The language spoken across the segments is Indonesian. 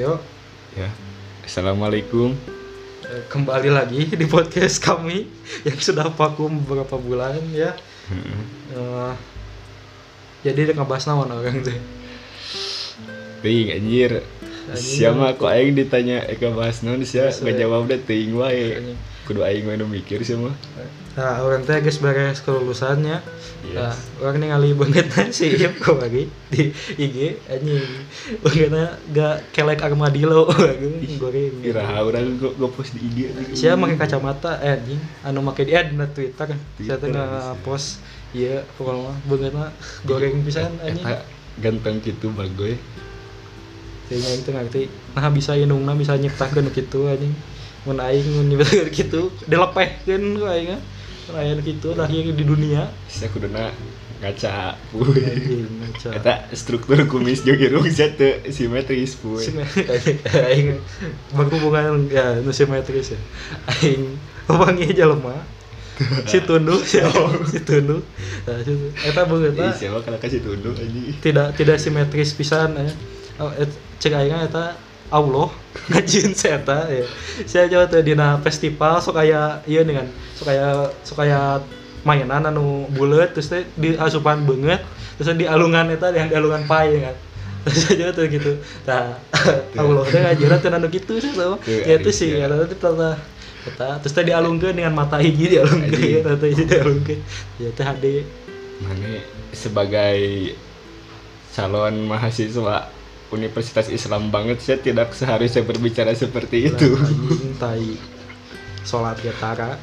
Yuk, Ya, assalamualaikum. kembali lagi di podcast kami yang sudah vakum beberapa bulan ya. Eh, jadi dia ngebahas naon orang tuh. Teuing anjir. Siapa kok aing ditanya eka bahas naon sia ngajawab da teuing wae. Kudu aing mah nu mikir sia mah. Nah, orang teh geus beres kelulusannya. Yes. Nah, orang ningali bangetna sih kok lagi di IG anjing. Bangetna gak kelek armadillo goreng. Iraha urang go post di IG. Sia make kacamata anjing, anu make di dina Twitter. Sia teh post ieu pokona bangetna goreng pisan anjing. Eta ganteng kitu bagoy. Kayaknya itu ngerti. Nah bisa indungna bisa nyiptakeun kitu anjing. Mun aing mun nyiptakeun kitu dilepehkeun ku aing. Mun aya kitu lahir di dunia. Sia kuduna ngaca puy. Anjing ngaca. Eta struktur kumis jeung irung sia teu simetris puy. Aing berhubungan ya nu simetris ya. Aing wangi jelema. Si tunduh si tunduh. Nah, eta beungeutna. Ih, siapa kana kasih tunduk anjing. Tidak simetris pisan ya. Cek aing eta Allah ngajieun si eta ya. Sia jawa teh dina festival sok aya ieu dengan sok aya mainan anu bulet terus teh diasupan beungeut terus dialungan eta yang dialungan pai kan. Terus aja tuh gitu. Tah Allah teh ngajieun teh anu kitu sih tuh. Ya itu sih eta teh eta terus teh dialungkeun dengan mata hiji dialungkeun eta hiji dialungkeun. Ya teh hade Mane sebagai calon mahasiswa Universitas Islam banget, saya tidak seharusnya berbicara seperti itu. Tai salat ya tara.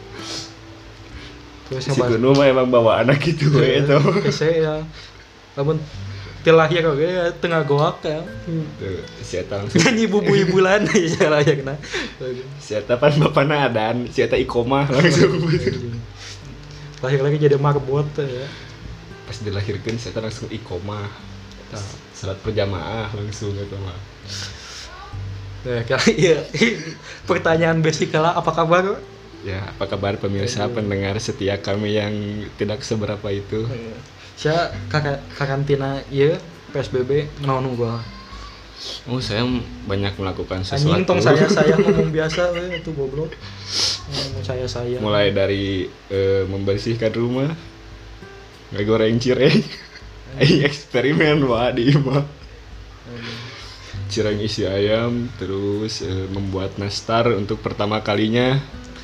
Terus Si Gunu mah emang bawa anak gitu we itu. Kese ya. Lamun ti lahir oge tengah goak ya. Tuh, si eta langsung Nyanyi bubui bulan ya layakna. si eta pan bapana adan, si eta ikomah langsung. Lahir lagi jadi marbot ya. Pas dilahirkeun si eta langsung ikomah. Salat berjamaah langsung eta mah. Nah, kali ya. Pertanyaan basic lah, apa kabar? Ya, apa kabar pemirsa pendengar setia kami yang tidak seberapa itu? Saya karantina ieu PSBB naon gua. Oh, saya banyak melakukan sesuatu. Anjing tong saya ngomong biasa we itu goblok. Ngomong saya. Mulai dari membersihkan rumah, ngegoreng cireng. Eksperimen wah di imah. Cireng isi ayam, terus membuat nastar untuk pertama kalinya.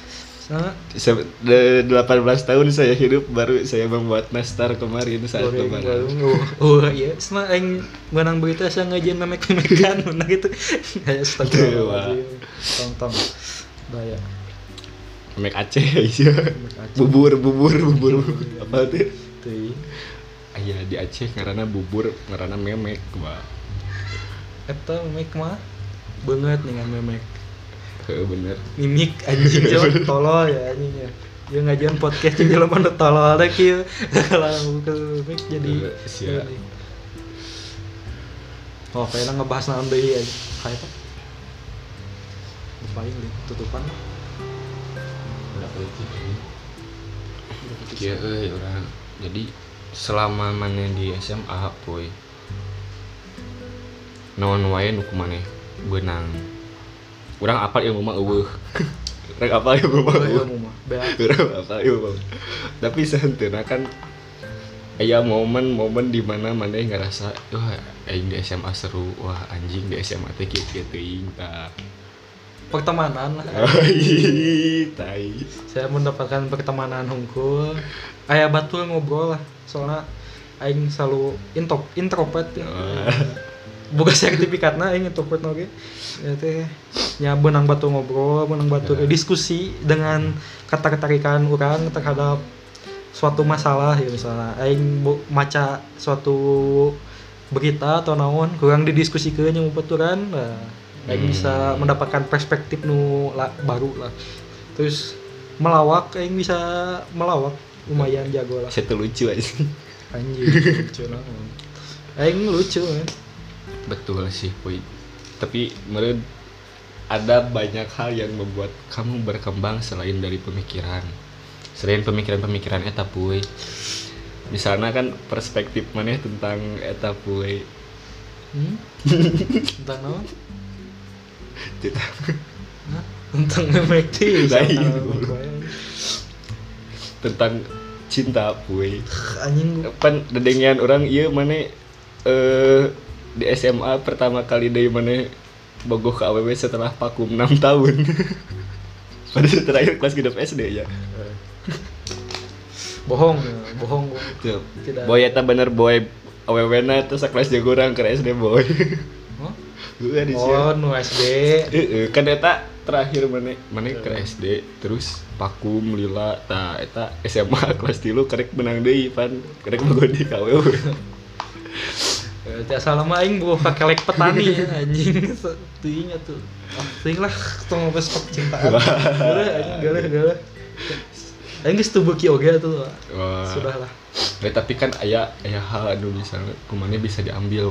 18 tahun saya hidup baru saya membuat nastar kemarin saat lebaran. Oh iya, sama aing menang berita saya ngajin memek-memekan menang gitu. Kayak setengah. Tong. Bahaya. Memek Aceh iya. Bubur apa tuh? Teuing. Aya di Aceh ngaranna bubur, ngaranna memek, wah. Eta memek mah beungeut dengan memek. Heeh bener. Mimik anjing jauh tolol ya anjing ya. Dia ngajian podcast jeung jelema nu tolol teh kieu. Kalau mimik jadi sia. Oh, kayaknya ngebahas naon deui anjing. Kayak apa? Lupain deh tutupan. Udah peuting ini. Kieu euy urang. Jadi selama maneh di SMA poe. Naon wae nu kumaneh beunang. Urang apal ilmu mah eueuh. Urang apal ilmu mah eueuh. Urang apal ilmu mah. Tapi sahenteuna kan aya momen-momen di mana maneh ngerasa, wah aing di SMA seru, wah anjing di SMA teh kieu-kieu teuing tah. Pertemanan lah. Tai. Saya mendapatkan pertemanan hungkul. Aya batul ngobrol lah. Soalnya aing selalu introvert ya. Boga sertifikatna aing introvert oge. Ya teh nya beunang batu ngobrol, beunang batu diskusi dengan ketertarikan urang terhadap suatu masalah ya misalnya aing maca suatu berita atau naon kurang didiskusikeun jeung baturan. Nah, aing bisa mendapatkan perspektif nu baru lah. Terus melawak aing bisa melawak lumayan jago lah. Saya tuh lucu aja. Anjing lucu naon. Aing lucu kan. Betul sih, Puy. Tapi menurut ada banyak hal yang membuat kamu berkembang selain dari pemikiran. Selain pemikiran-pemikiran eta, Puy. Misalnya kan perspektif maneh tentang eta, Puy. Tentang naon? Tentang McD tentang cinta puy. Anjing Pan dedengian orang ieu mane di SMA pertama kali deui mane bogoh ke AWW setelah vakum 6 tahun. Pada terakhir kelas genep SD ya. bohong. Tuh. Tidak. Boy eta bener boy AWW-na itu sakelas jeung urang ke SD boy. Hah? Heeh di Oh, nu SD. Kan eta terakhir mana ke SD terus vakum lila tah eta SMA kelas 3 karek menang deui pan karek bogoh di KWW. Ya salah mah aing bawa pakai lek petani anjing. Teuing atuh. Teuing lah tong besok cintaan. Geuleuh. Aing geus teu beuki oge atuh. Sudahlah. Tapi kan aya hal anu misalnya kumaneh bisa diambil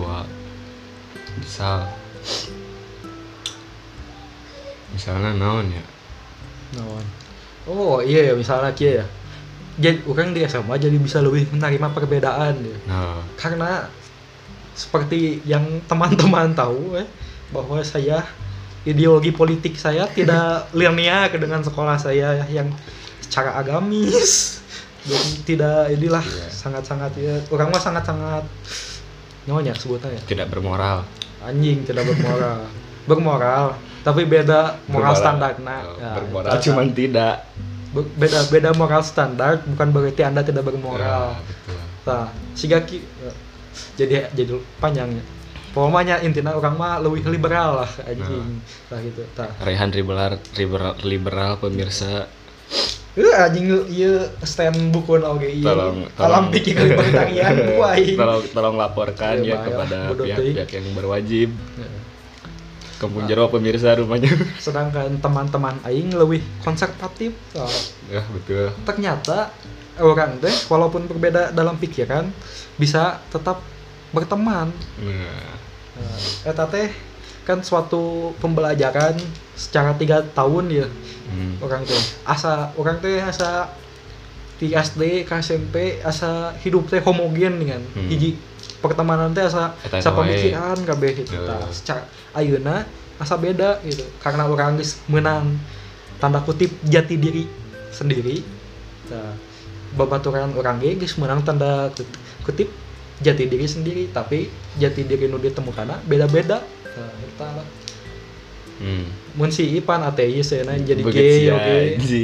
misalnya naon ya? Naon? Oh iya ya misalnya kieu ya. Jadi orang di SMA jadi bisa lebih menerima perbedaan ya. Nah, Karena seperti yang teman-teman tahu bahwa saya ideologi politik saya tidak linear dengan sekolah saya yang secara agamis dan tidak inilah sangat-sangat ya orang mah sangat-sangat nyawa sebutnya ya tidak bermoral. anjing tidak bermoral tapi beda moral standar bermoral cuman tidak beda moral standar bukan berarti Anda tidak bermoral. Betul. Nah, jadi panjangnya. Pokoknya intinya orang mah lebih liberal lah anjing. Nah gitu. Tah. Rehan liberal pemirsa. Anjing ieu stand buku oge ieu. Alam pikir libertarian buai. Tolong laporkan ya kepada pihak-pihak yang berwajib. Kampung Jero pemirsa rumahnya. Sedangkan teman-teman aing lebih konservatif. Ya, betul. Ternyata orang teh walaupun berbeda dalam pikiran bisa tetap berteman. Eta teh kan suatu pembelajaran secara 3 tahun ya. Orang teh asa di SD ke SMP asa hidup teh homogen dengan hiji pertemanan teh asa pemikiran kabeh itu secara ayeuna asa beda gitu karena orang geus meunang tanda kutip jati diri sendiri. Babaturan orang ge geus meunang tanda kutip jati diri sendiri tapi jati diri nu ditemukanna beda-beda. Eta lah. Mun si Ipan ateis cenah jadi gay oge.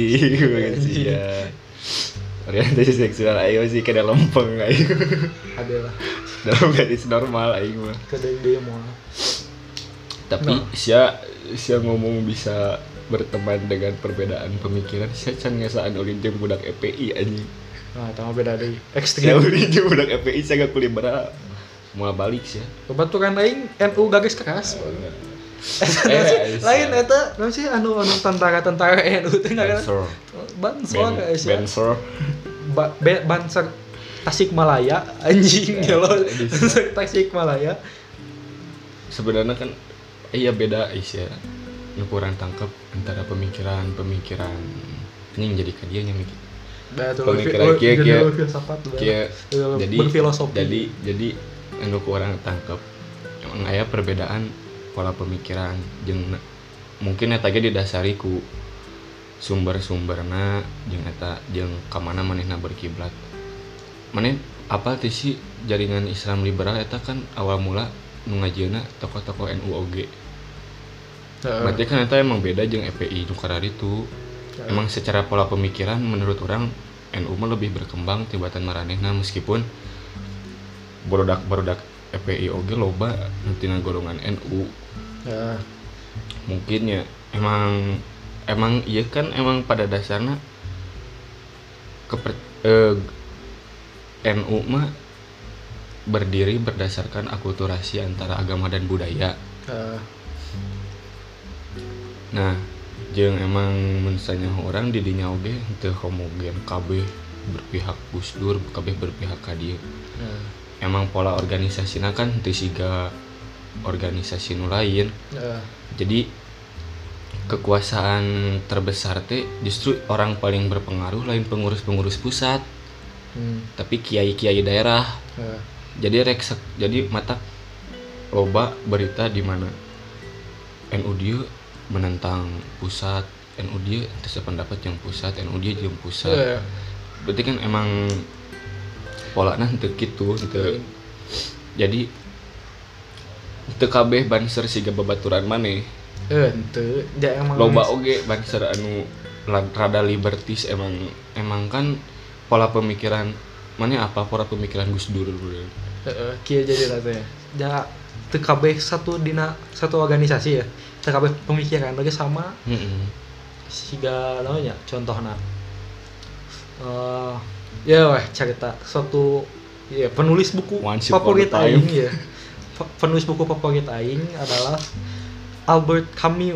Orientasi seksual ayo sih kada lempeng ayo. Adalah dalam garis normal aing mah. Kadang dia moal. Tapi sia ngomong bisa berteman dengan perbedaan pemikiran sia can ngasaan ulin jeung budak EPI anjing. Nah, eta mah beda deui. Sia ulin jeung budak EPI sia gak liberal. Moal balik sia. Babaturan aing NU garis keras. Lain eta naon sih anu tentara NU teh ngaran Bansor guys ya. Banser Tasikmalaya anjing gelo. Tasikmalaya. Sebenarnya kan iya beda ya. Nu kurang tangkep antara pemikiran anjing jadi ka dieu nya mikir. Pemikiran kieu jadi berfilosofi. Jadi anu kurang tangkep emang aya perbedaan pola pemikiran jeung mungkin eta ge didasari ku sumber-sumberna jeung ka mana manehna berkiblat. Maneh apa teh sih jaringan Islam liberal eta kan awal mula nu ngajieuna tokoh-tokoh NU oge. Berarti kan eta emang beda jeung EPI nu karari itu. Emang secara pola pemikiran menurut orang NU mah lebih berkembang tibatan maranehna meskipun barudak EPI oge loba nu tina golongan NU. Mungkin ya emang iya kan emang pada dasarnya NU mah berdiri berdasarkan akulturasi antara agama dan budaya. Nah, jeung emang mensanya orang di dinya oge teu homogen kabeh berpihak Gus Dur, kabeh berpihak ka dieu. Emang pola organisasina kan teu siga organisasi nu lain. Jadi kekuasaan terbesar teh justru orang paling berpengaruh lain pengurus-pengurus pusat. Tapi kiai-kiai daerah. Jadi mata loba berita di mana NU dieu menentang pusat NU dia terus pendapat yang pusat NU dia jeung pusat. Berarti kan emang polana teu kitu gitu. Jadi teu kabeh banser siga babaturan maneh. Henteu, da emang Loba oge banser anu rada libertis emang kan pola pemikiran maneh apa pola pemikiran Gus Dur. Kieu jadi teh. Da teu kabeh satu organisasi ya. Teu kabeh pemikiran lagi sama. Siga naonnya contohna. Ya weh cerita suatu ya penulis buku favorit aing ya. Penulis buku favorit aing adalah Albert Camus.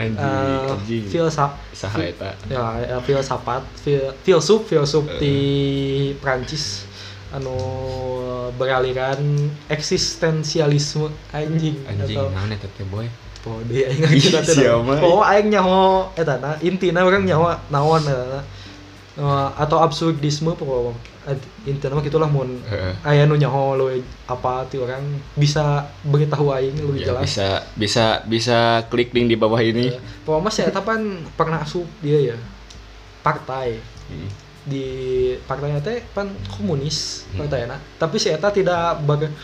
Filsuf di Prancis anu beraliran eksistensialisme anjing naon eta teh boy pode aing aing nyaho eta na intina urang nyaho naon eta atau absurdisme pokoknya intina mah gitulah mun aya nu nyaho leuwih apa ti orang bisa beritahu aing lebih jelas bisa klik link di bawah ini. Pokoknya mah saya pan pernah asup dia ya partai di partainya teh pan komunis partainya tapi si eta tidak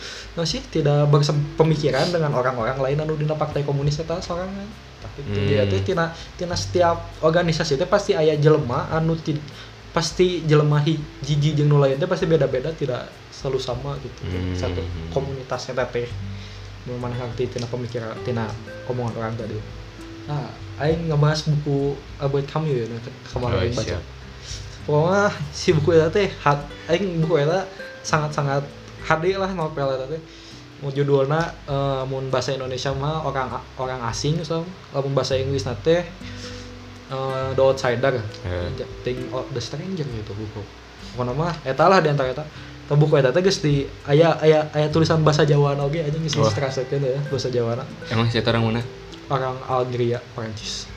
bersepemikiran dengan orang-orang lain anu dina partai komunis eta sorangan tapi dia teh tina setiap organisasi teh pasti aya jelema anu pasti jelema hiji jeung nu lain teh pasti beda-beda tidak selalu sama gitu satu komunitas eta teh nu maneh ngarti tina pemikiran tina omongan orang tadi. Nah aing ngebahas buku Albert Camus ya kemarin baca. Pokoknya si buku eta teh aing buku eta sangat-sangat HD lah novel eta teh. Mun judulna mun bahasa Indonesia mah orang asing so. Mun bahasa Inggris teh The Outsider. Thing of the Stranger gitu buku. Pokona mah eta lah di antara eta. Buku eta teh geus di aya tulisan bahasa Jawa oge aja geus ditranslatkeun ya bahasa Jawana. Emang si eta orang mana? Orang Algeria, Prancis.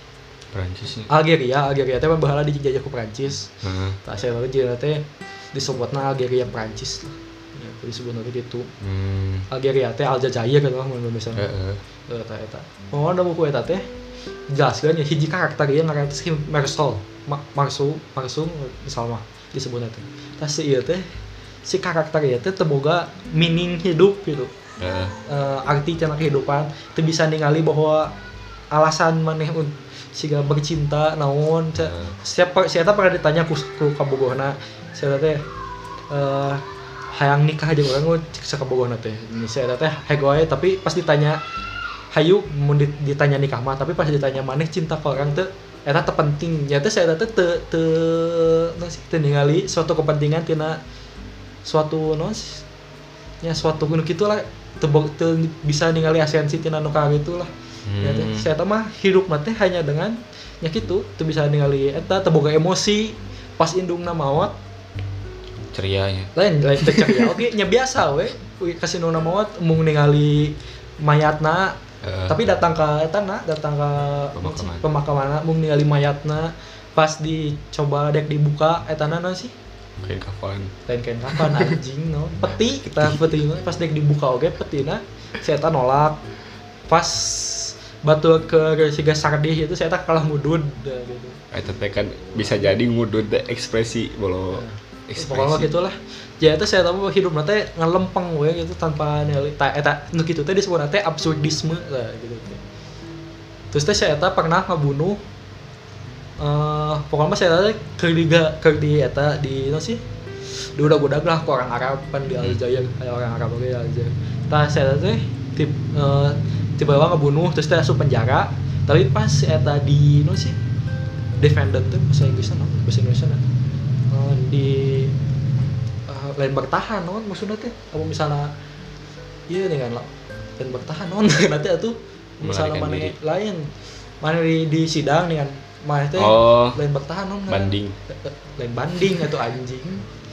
Algeria teh baheula dijajah ku Prancis. Tah saya teh disebutna Algeria Prancis lah. Ya disebutna gitu. Algeria teh Aljazair kan mun misalnya. Eta. Pokona buku eta teh jelaskeun ya hiji karakter ieu ngaranna si Marcel misalnya disebutna teh. Tah si ieu teh si karakter ieu teh teu boga meaning hidup gitu. Arti cenah kehidupan teu bisa ningali bahwa alasan maneh siga bercinta naon siapa pernah ditanya ku kabogohna sia teh hayang nikah jeung urang sakabogohna teh sia teh hegoe tapi pas ditanya hayu mun ditanya nikah mah tapi pas ditanya maneh cinta ka urang teh eta teu penting nya teh sia teh teu ningali suatu kepentingan tina suatu nya suatu anu kitu lah teu bisa ningali esensi tina nu kagitu lah. Ya teh saya mah hidup teh hanya dengan nya kitu teu bisa ningali eta teu boga emosi pas indungna maot ceria nya lain teu ceria oge nya biasa we kasindungna maot mung ningali mayatna tapi datang ka pemakamanna mung ningali mayatna pas dicoba dek dibuka eta naon sih kain kafan anjing no peti pas dek dibuka oge petina si eta nolak pas batul ke siga sardih itu saya tak kalah mudud gitu. Eta teh kan bisa jadi mudud ekspresi bolo ekspresi. Pokoknya gitulah. Jadi itu saya tahu hidup teh ngelempeng we gitu tanpa nilai eta nu kitu teh disebutna teh absurdisme lah gitu teh. Terus teh saya pernah ngabunuh pokoknya saya teh keur di eta di no sih di udah lah ku orang Arab pan di Aljazair aya orang Arab oge di Aljazair. Tah saya teh tiba-tiba ngebunuh terus teh asup penjara tapi pas eta di no sih defendant tuh bahasa Inggrisnya di lain bertahan non maksudnya teh apa misalnya iya dengan lain bertahan non nanti atuh misalnya mana di sidang dengan mana teh lain bertahan non banding lain banding atau anjing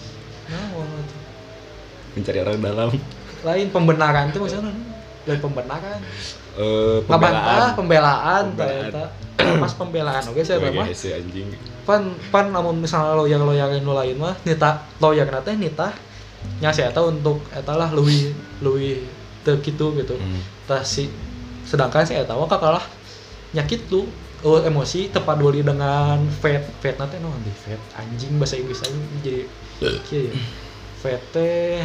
mencari orang dalam lain pembenaran tuh maksudnya lain pembenaran pembelaan ternyata pas pembelaan oke saya mah anjing pan namun misalnya lawyer nu lain mah nita lawyer teh nita nya saya tahu untuk etalah leuwih teu kitu gitu tah si sedangkan saya tahu kalah nyakit tuh emosi tepaduli dengan fate nanti nanti fate anjing bahasa Inggris aja jadi kieu ya fate teh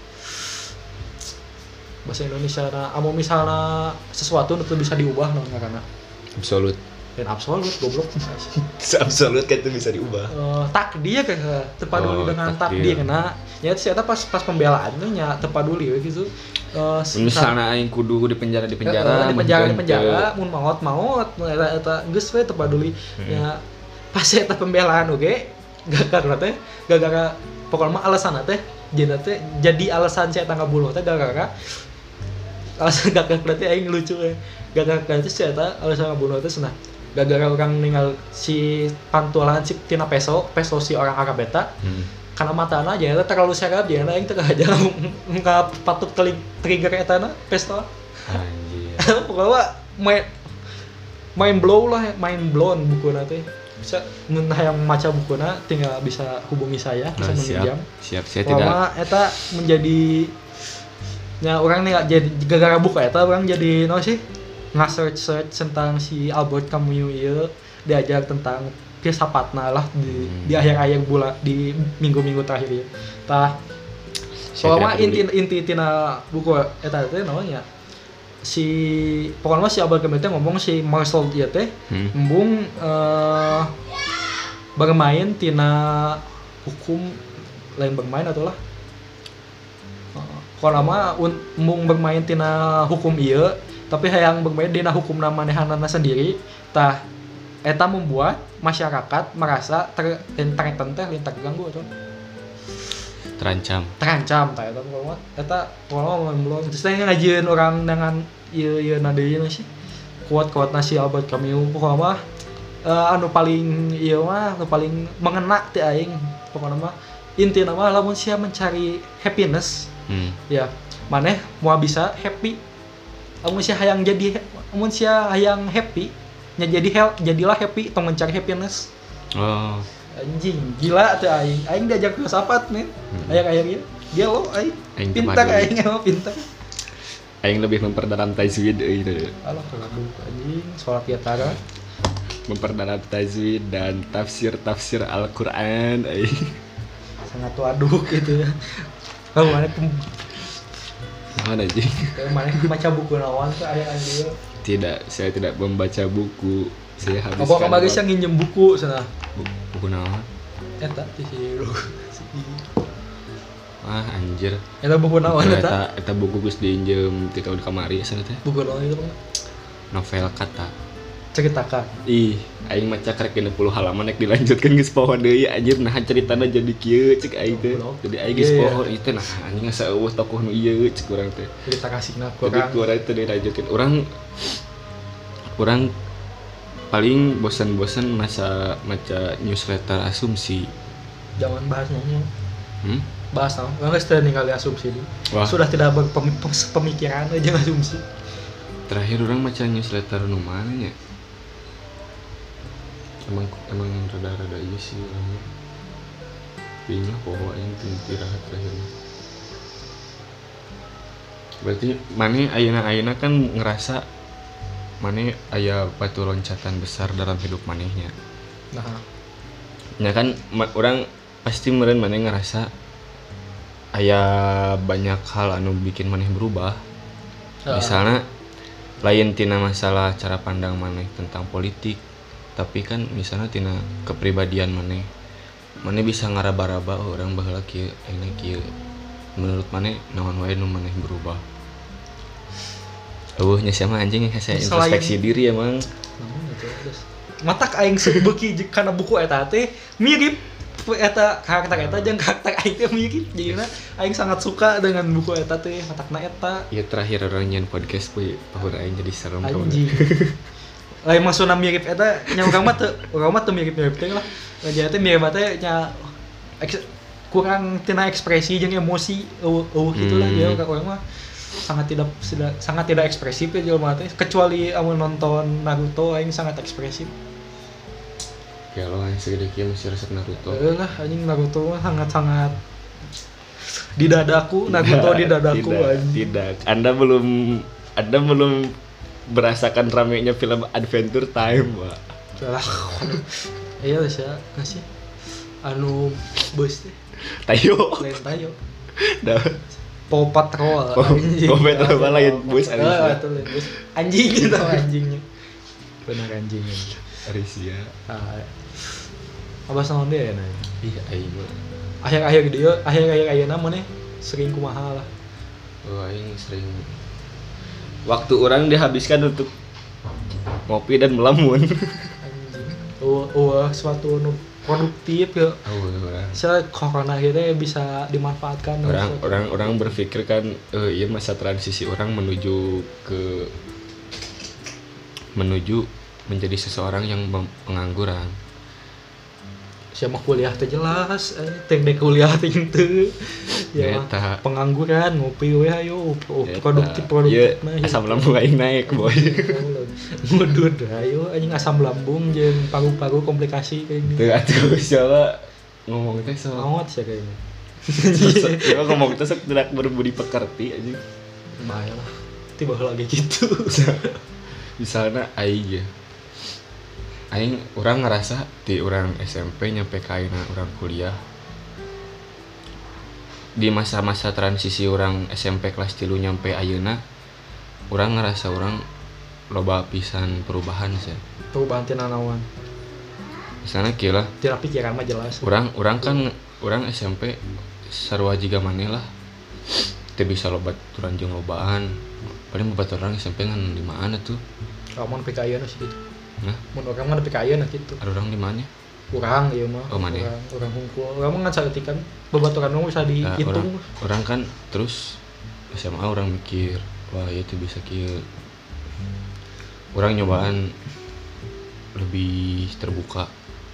bahasa Indonesia na amo misalnya sesuatu itu bisa diubah naon karena absolut dan absolut goblok absolut kan itu bisa diubah takdir kan tepaduli dengan takdir nah ya ternyata pas pembelaan tuh nya tepaduli gitu misalnya aing kudu di penjara di penjara mun maut eta geus we tepaduli nya pas eta pembelaan oge gara-gara teh gara-gara pokoknya alasan teh jadi alasan saya tangga buluh teh gara-gara alasan gara-gara berarti aing lucu we gara-gara teh saya alasan ngabunuh teh cenah gara-gara orang ninggal si pantulan si tina peso si orang Arab eta karena matana aja terlalu serap aja aing teh aja nggak patut trigger eta na pistol anjir pokoknya main blown buku teh bisa mun hayang maca bukuna tinggal bisa hubungi saya bisa meminjam siap saya tidak eta menjadi nya orang nih jadi gara-gara buku eta orang jadi sih nge-search tentang si Albert Camus ieu diajar tentang filsafatna lah di akhir-akhir bulan di minggu-minggu terakhir ya. Tah soalnya inti tina buku eta teh namanya si pokoknya si Albert Camus teh ngomong si Marcel ieu teh embung bermain tina hukum lain bermain atau lah kalau mah embung bermain tina hukum ieu tapi hayang bermain dina hukum manehanana sendiri tah eta membuat masyarakat merasa terancam teh lintak ganggu atau terancam tah eta kalau belum terus ngajieun orang dengan ieu nadeui sih kuat-kuat nasi Albert Camus pokoknya mah anu paling ieu mah anu paling mengena teh aing pokoknya mah intina mah lamun sia mencari happiness ya maneh moal bisa happy amun sia hayang jadi amun sia hayang happy nya jadilah happy tong mencari happiness anjing gila teh aing diajak filsafat men aya dia lo aing pintar aing mah pintar aing lebih memperdalam tajwid euy alah kalau anjing salat yatara memperdalam tajwid dan tafsir Al-Qur'an aing sangat waduh gitu ya mana anjing mana baca buku naon teh aya anjing tidak saya tidak membaca buku saya habiskan apa kemarin saya nginjem buku sana buku naon eta si anjir eta buku naon eta buku geus diinjem ti tahun kamari sana teh buku naon itu novel kata ceritakan aing maca karek 60 halaman nek dilanjutkeun geus poho deui anjir nah ceritana jadi kieu cek aing teh jadi aing geus poho ieu teh nah anjing asa eueuh tokoh nu ieu cek urang teh cerita kasihna kurang teh dilanjutkeun urang paling bosan-bosan maca newsletter asumsi jangan bahas nanya bahas naon geus teh ningali asumsi sudah tidak berpemikiran aja asumsi terakhir urang maca newsletter nu mana nya emang rada-rada iya sih orangnya bingung poho yang tirahat terakhirnya berarti mana ayeuna kan ngerasa mana aya batu loncatan besar dalam hidup manehnya nah ya kan orang pasti meureun maneh ngerasa aya banyak hal anu bikin maneh berubah misalnya lain tina masalah cara pandang maneh tentang politik tapi kan misalnya tina kepribadian maneh bisa ngaraba-raba orang baheula kieu ini kieu menurut maneh naon wae nu maneh berubah nya sia mah anjing saya introspeksi diri emang matak aing sebeuki kana buku eta teh mirip eta karakter eta jeung karakter aing teh mirip jadinya aing sangat suka dengan buku eta teh matakna eta ieu terakhir orang nyen podcast we paur aing jadi serem anjing lain maksudna mirip eta nya urang mah teu mirip-mirip teh lah jadi teh mirip teh nya kurang tina ekspresi jeung emosi gitu lah dia urang mah sangat tidak ekspresif ya jelema teh kecuali amun nonton Naruto aing sangat ekspresif ya lo aing segede kieu masih resep Naruto lah anjing Naruto mah sangat di dadaku Naruto di dadaku tidak Anda belum merasakan ramenya film Adventure Time, Pak. Lah. Iya sih ngasih anu bus teh. Tayo. Lain tayo. Dah. Paw Patrol. Paw Patrol lain bus Arisia. Itu lain bus. Anjing gitu anjingnya. Benar anjingnya. Arisia. Abas naon dia nanya. Iya, aing mah. Akhir-akhir dia, akhir-akhir ayeuna mah sering kumaha lah. Oh, aing sering waktu orang dihabiskan untuk ngopi dan melamun. Anjing. Suatu nu produktif ya. Saya corona gitu bisa dimanfaatkan. Orang berpikir kan iya masa transisi orang menuju menjadi seseorang yang pengangguran. Siapa kuliah teh jelas, dek kuliah teh teu. Ya pengangguran ngopi we ayo produktif mah. Asam lambung aing naik boy. Ngudud ayo anjing asam lambung jeung paru-paru komplikasi kayak gini. Teu atuh siapa ngomong teh so. Awat sih kayaknya. Ya ngomong teh sok tidak berbudi pekerti anjing. Bahaya lah. Tiba lagi gitu. Misalnya aing ya. Aing orang ngerasa di orang SMP nyampe ka ayeuna orang kuliah di masa-masa transisi orang SMP kelas 3 nyampe ayeuna orang ngerasa orang loba pisan perubahan sih. Perubahan tina naon? Misalnya kieu lah. Tina pikiran mah jelas. Orang kan orang SMP sarua jiga maneh lah. Teu bisa loba turun jeung lobaan. Paling bobat orang SMP ngan di mana tuh? Lamun PK ayeuna sih gitu. Nah, mun orang mah PK ayeuna gitu. Ada orang di mana? Urang ieu mah. Oh, mana? Urang hungkul. Urang mah ngan saeutik kan babaturan mah bisa dihitung. Orang kan terus SMA orang mikir, wah ya tuh bisa kieu. Orang nyobaan lebih terbuka.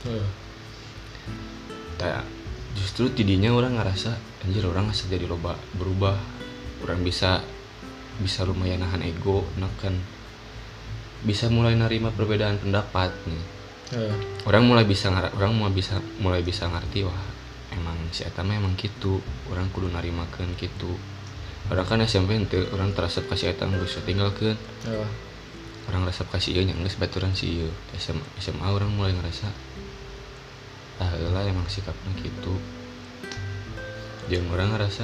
Justru tidinya orang ngerasa anjir orang asa jadi loba berubah. Orang bisa lumayan nahan ego, kan bisa mulai nerima perbedaan pendapat nih. Orang mulai bisa ngerti wah emang si eta mah emang kitu, orang kudu narimakeun kitu. Orang kan SMP teu orang terasap ka si eta geus tinggalkeun. Orang resep ka si ieu nya geus baturan si ieu. SMA orang mulai ngerasa heula emang sikapna kitu. Jeung orang ngerasa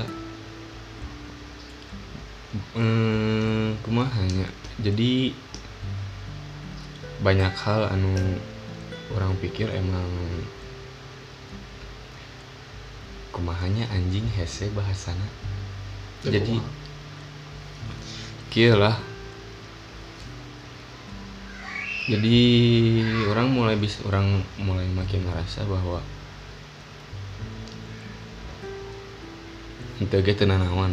kumaha nya. Jadi banyak hal anu orang pikir emang kumahanya anjing hese bahasana. Jadi kieu lah. Jadi orang mulai makin ngerasa bahwa henteu ge teu nanaon.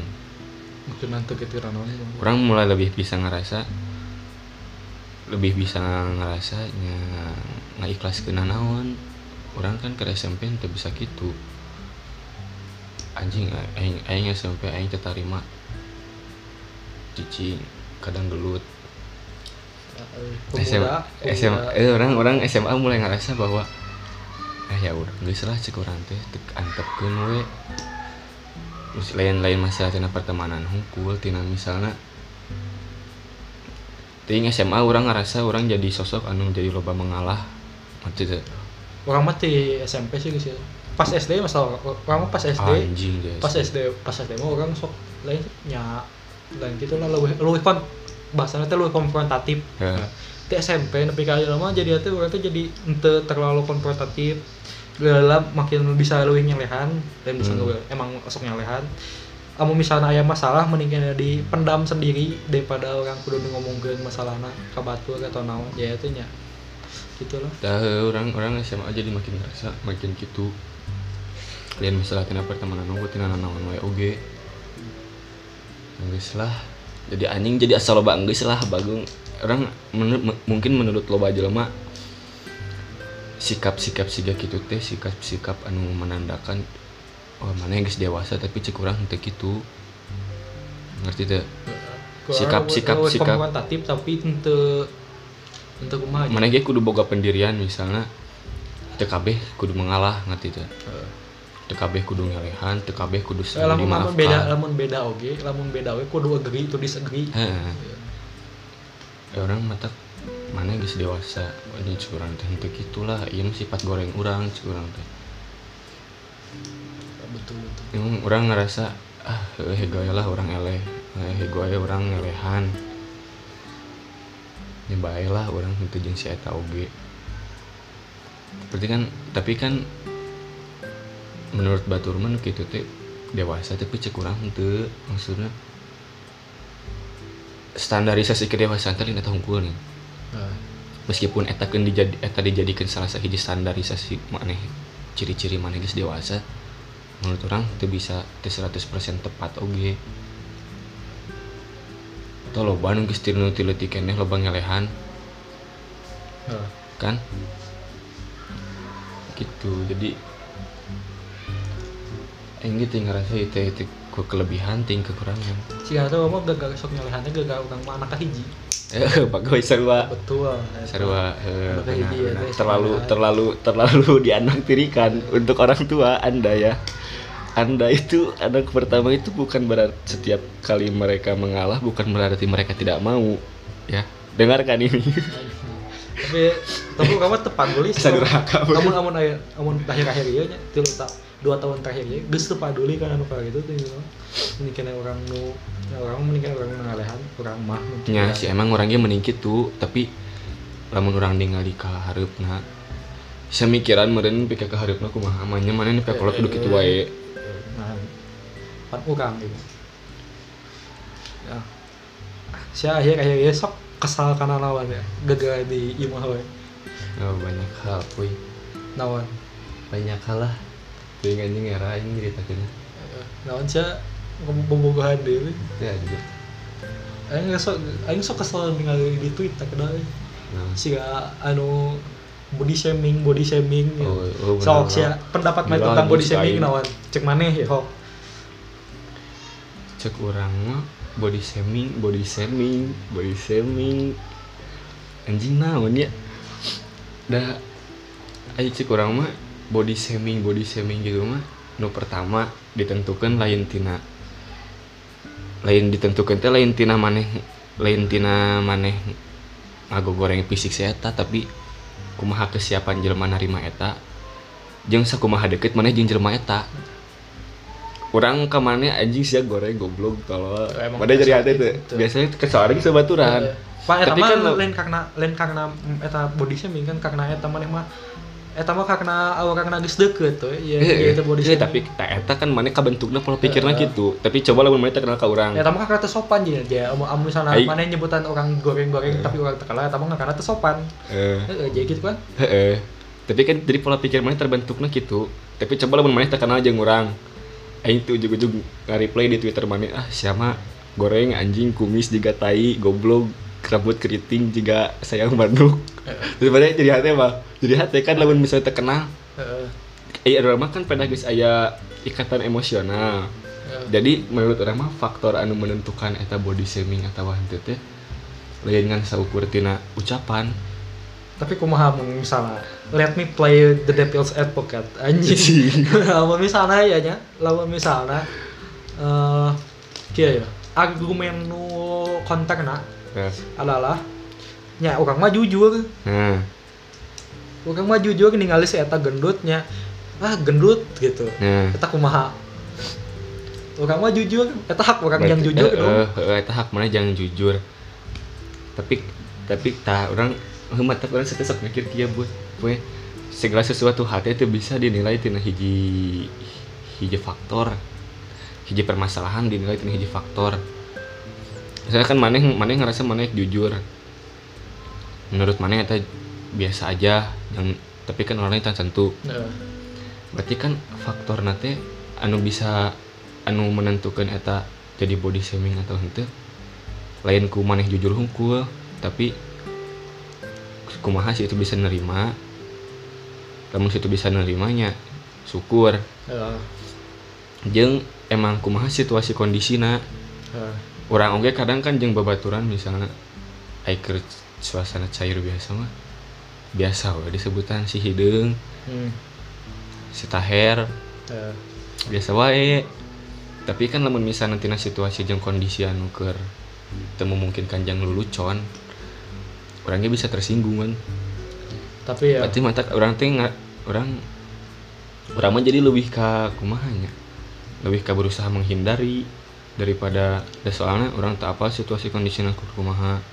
Orang mulai lebih bisa ngerasanya ngaikhlaskeun nanaon. Orang kan ke SMP teu bisa kitu. Anjing aing SMP aing teu tarima cicing kadang gelut. Orang SMA mulai ngerasa bahwa ya udah geus lah cek urang teh antepkeun we. Terus lain masalah tina pertemanan hungkul tina misalna ting SMA orang ngerasa orang jadi sosok anu jadi loba mengalah mati teh. Orang mah ti SMP sih geus. Pas SD masalah orang mah pas SD. Anjing deh. Pas SD mah orang sok lain gitu lah leuwih bahasana teh leuwih konfrontatif. Di SMP nepi ka ayeuna mah jadi teh urang teh jadi henteu terlalu konfrontatif. Geula makin bisa leuwih nyelehan dan bisa emang sok nyelehan. Kamu misalnya aya masalah mendingan dipendam sendiri daripada orang kudu ngomongkeun masalahna ka batur atau naon ya teh nya. Gitulah. Orang SMA jadi makin ngerasa makin kitu. Lain masalah tina pertemanan oge tina nanaon wae oge. Geus lah. Jadi anjing jadi asal loba geus lah bagung. Orang mungkin menurut loba jelema sikap-sikap siga kitu teh sikap-sikap anu menandakan oh mana geus dewasa tapi cek urang teu kitu. Ngerti teu? Sikap konfrontatif tapi henteu kumaha. Mana ge kudu boga pendirian misalnya teu kabeh kudu mengalah ngerti teu? Teu kabeh kudu ngelehan, teu kabeh kudu dimaafkan. Lamun beda we kudu agree to disagree. orang mata mana geus dewasa ini curang teh henteu kitulah ieu mah sifat goreng urang curang teh. Betul. Emang orang ngerasa hegoy lah orang eleh, hegoy orang ngelehan. Ya bae lah orang henteu jeung si eta oge. Tapi kan menurut batur mah kitu teh dewasa tapi cek urang henteu maksudna standarisasi kedewasaan teh eta hungkul nih. Meskipun eta dijadikan salah sahiji standarisasi maneh ciri-ciri maneh geus dewasa, menurut orang itu bisa 100% tepat oge. Atau loba nu geus tileuti keneh loba ngelehan. Kan? Gitu. Jadi aing gitu ngerasa itu kelebihan ting kekurangan. Siga teh mah gagal sok ngelehan teh gagal urang mah anak kahiji. Bagoy sarua. Betul. Sarua benar. terlalu dianaktirikan untuk orang tua Anda ya. Anda itu anak pertama itu bukan berarti setiap kali mereka mengalah bukan berarti mereka tidak mau ya. Dengarkan ini. tapi kamu tepat geus. Sadurhaka. Amun akhir-akhir ieu nya 2 tahun terakhir ieu geus teu paduli kan anu kayak gitu teh. Ini kena orang meningkat orang ngalehan orang mah. Ya sih emang orangnya meningkit tuh, tapi lamun urang ningali ka hareupna samikiran meureun pika ka hareupna kumaha manya maneh nepi kolot kudu kitu wae. Nah, pan urang gitu. Ya. Sia akhir-akhir ieu sok kesal kana lawan ya. Gagal di imah we. Oh, banyak hal puy. Naon? Banyak hal lah. Teuing anjing era aing nyaritakeun. Naon sia bobogohan deui. Teh anjir. Aing sok kesel ningali di tweet tak kada euy. Siga anu body shaming gitu. Sok sia pendapat mah tentang body shaming naon? Cek maneh ya, Hok. Cek urang mah body shaming anjing naon ya. Da aya cek urang mah body shaming gitu mah nu pertama ditentukan lain tina maneh ngagogoreng fisik si eta tapi kumaha kesiapan jelema narima eta jeung sakumaha deukeut maneh jeung jelema eta. Urang ka maneh anjing sia goreng goblok tolol. Pada jadi hate teh. Biasanya kesal lagi sabaturan. Pak eta mah lain karena eta body shaming kan karena eta maneh mah eta mah karena awak geus deukeut tuh ya eta body shaming. Tapi eta kan maneh kabentukna pola pikirna kitu. Tapi coba lamun maneh kenal ka urang. Eta mah karena teu sopan jadi amun misalna maneh nyebutan orang goreng-goreng tapi urang teu kalah eta mah karena teu sopan. Jadi gitu kan. Tapi kan jadi pola pikir maneh terbentukna kitu. Tapi coba lamun maneh teu kenal jeung urang. Aing tuh ujug-ujug nge-reply di Twitter maneh siapa goreng anjing kumis juga tai goblok rambut keriting juga sayang banduk. Sebenarnya jadi hati mah. Jadi hati kan lamun misalnya terkenal. Orang mah kan pada geus aya ikatan emosional. Jadi menurut orang mah faktor anu menentukan eta body shaming atawa henteu teh lain ngan saukur tina ucapan. Tapi kumaha misalnya let me play the devil's advocate anjing. Lamun misalnya ya nya, lamun misalnya kieu ya, argumen nu kontekna adalah nya urang mah jujur. Urang mah jujur ningali si eta gendutnya. Gendut gitu. Eta kumaha? Urang mah jujur, eta hak urang yang jujur dong. Eta hak mana yang jujur. Tapi tah urang mantap orang setesok mikir kia buat segala sesuatu hati itu bisa dinilai tina hiji faktor, hiji permasalahan dinilai tina hiji faktor. Misalnya kan maneh ngerasa maneh jujur, menurut maneh eta biasa aja, tapi kan orangnya tertentu. Berarti kan faktor nate anu menentukan eta jadi body shaming atau henteu lain ku maneh jujur hungkul, tapi kumaha sih itu bisa nerima. Lamun situ bisa nerimanya syukur. Jeung emang kumaha situasi kondisina. Urang oge kadang kan jeung babaturan misalnya aya keur suasana cair biasa mah. Biasa we disebutan si hideung. Si taher. Biasa wae. Tapi kan lamun misalnya tina situasi jeung kondisi anu keur teu memungkinkan jang lulucon orangnya bisa tersinggung kan. Tapi ya berarti mata orang teh orang mah jadi lebih ka kumahanya, lebih ka berusaha menghindari daripada soalnya orang tak apa situasi kondisinya kumaha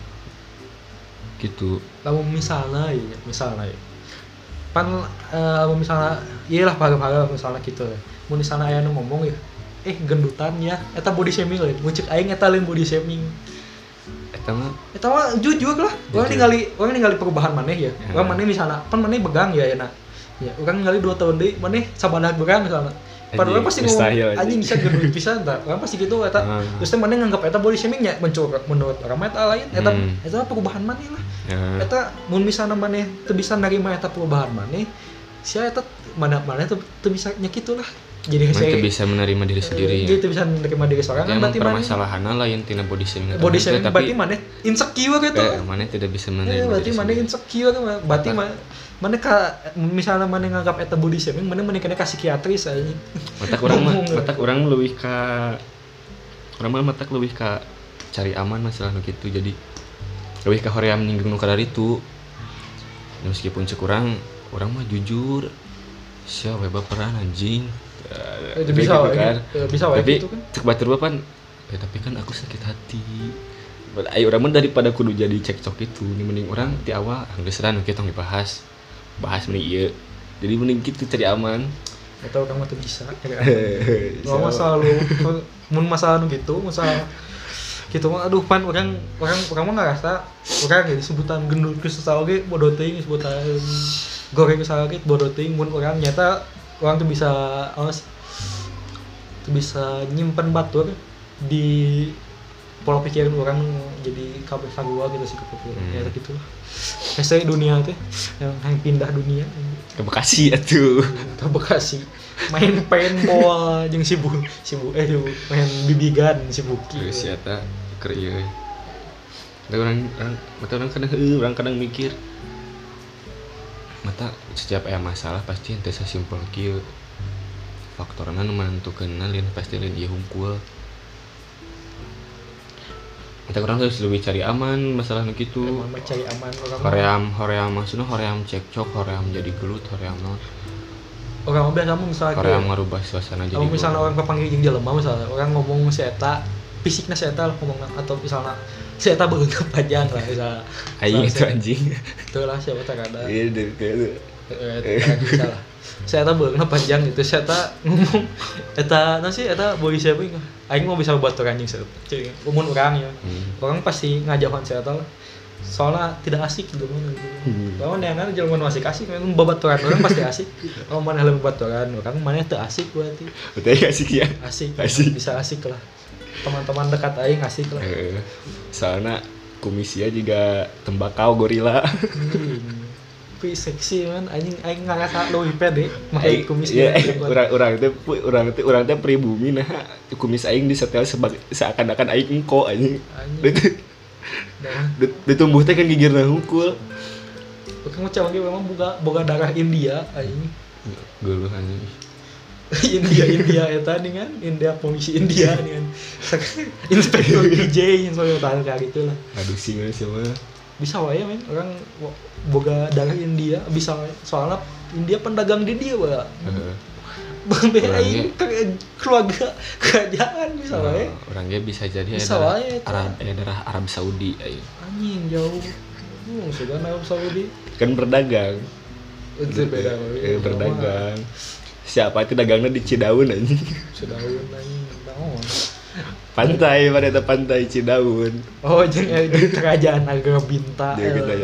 gitu. lamun misalnya ya pan misalnya iyalah paga-paga misalnya gitu ya. Mun misalnya aya nu ngomong ya gendutan ya eta body shaming lain. Mun ceuk aing eta lain body shaming. Eta mah jujur lah. Orang ningali perubahan maneh ya. Orang maneh misalnya pan maneh begang ya enak. Ya, orang ningali 2 tahun deui maneh sabadah begang misalnya. Padahal orang pasti ngomong anjing bisa gendut pisan tah. Orang pasti gitu eta. Terus teh maneh nganggap eta body shaming nya menurut orang mah eta lain eta perubahan maneh lah. Eta mun misalnya maneh teu bisa narima eta perubahan maneh, sia eta mana teu bisa nya kitulah. Jadi saya bisa menerima diri sendiri. Jadi bisa menerima diri seorang kan berarti permasalahanna lain tina body shaming. Body shaming berarti maneh insecure gitu. Maneh tidak bisa menerima. Berarti maneh insecure kan. Berarti maneh misalnya maneh nganggap eta body shaming, maneh kena ka psikiatris anjing. Matak urang lebih ka lebih ka cari aman masalah nu kitu. Jadi lebih ka hoream ninggung nu kadar itu. Meskipun cek urang mah jujur. Sia we baperan anjing. Itu bisa gitu kan. Bisa wae gitu kan. Cek batur bapan. Tapi kan aku sakit hati. Ayo urang mah daripada kudu jadi cekcok itu, mending urang ti awal geus ra nu kitu dibahas. Bahas mending ieu. Jadi mending kitu cari aman. Eta urang mah teu bisa. Mau masalah lu mun masalah nu gitu, masalah gitu mah aduh pan orang mah ngarasa urang ge disebutan gendut geus saoge bodoh teuing sebutan goreng saoge bodoh teuing mun urang nyata orang tuh bisa nyimpen batur di pola pikiran orang jadi kabeh sagua gitu sih kepikiran ya gitu lah. Saya dunia teh yang pindah dunia ke Bekasi atuh. Ke Bekasi main paintball jeung si main bibigan si Buki. Geus eta keur ieu. Orang kadang mikir mata setiap aya masalah pasti teu sasimpel kieu. Faktorna nu menentukeunna lain pasti lain ieu hungkul. Mata urang harus lebih cari aman masalah nu kitu. Emang cari aman orang. Hoream maksudna hoream cekcok, hoream jadi gelut, hoream naon. Orang biasa kamu misalnya hoream ngarubah suasana jadi. Kalau misalnya orang kepanggil jeung jelema misalnya orang ngomong si eta, fisikna si eta lah ngomongna atau misalnya si eta beungeut panjang lah misalnya. Aing itu anjing. Teu lah siapa teh kada. Iya dari kieu. Bisa lah. Saya eta beungeutna panjang gitu, saya eta ngomong eta naon sih eta body shaming. Aing mau bisa baturan anjing saya. Mun urang ya. Orang pasti ngajauhan saya eta lah. Soalnya tidak asik gitu kan. Kalau neangan jelema nu asik memang babaturan orang pasti asik. Kalau mana leuwih babaturan orang mana teu asik berarti. Betul asik ya. Asik. Bisa asik lah. Teman-teman dekat aing asik lah. Soalnya kumisia juga tembakau gorila. Tapi seksi man aing ngarasa leuwih pede make kumis. Iya, urang teh pribumi nah kumis aing disetel seakan-akan aing engko anjing. Ditumbuh teh kan gigirna hungkul. Kamu cewek memang boga darah India anjing. Geuluh anjing. India eta nih kan, India polisi India nih kan. Inspektur DJ yang soalnya tahu kayak gitu lah. Aduh sih semua. Bisa wae men, orang boga darah India bisa wae. Soalnya India pendagang di dia wae. Aing keluarga kerajaan bisa wae. Orangnya bisa jadi daerah Arab Saudi aing. Anjing jauh. Sudah Arab Saudi. Kan berdagang. Itu beda wae. Berdagang. Siapa itu dagangnya di Cidaun anjing. Cidaun anjing. Naon? Pantai, pada pantai Cidaun. Oh, jeung di kerajaan Agrabinta.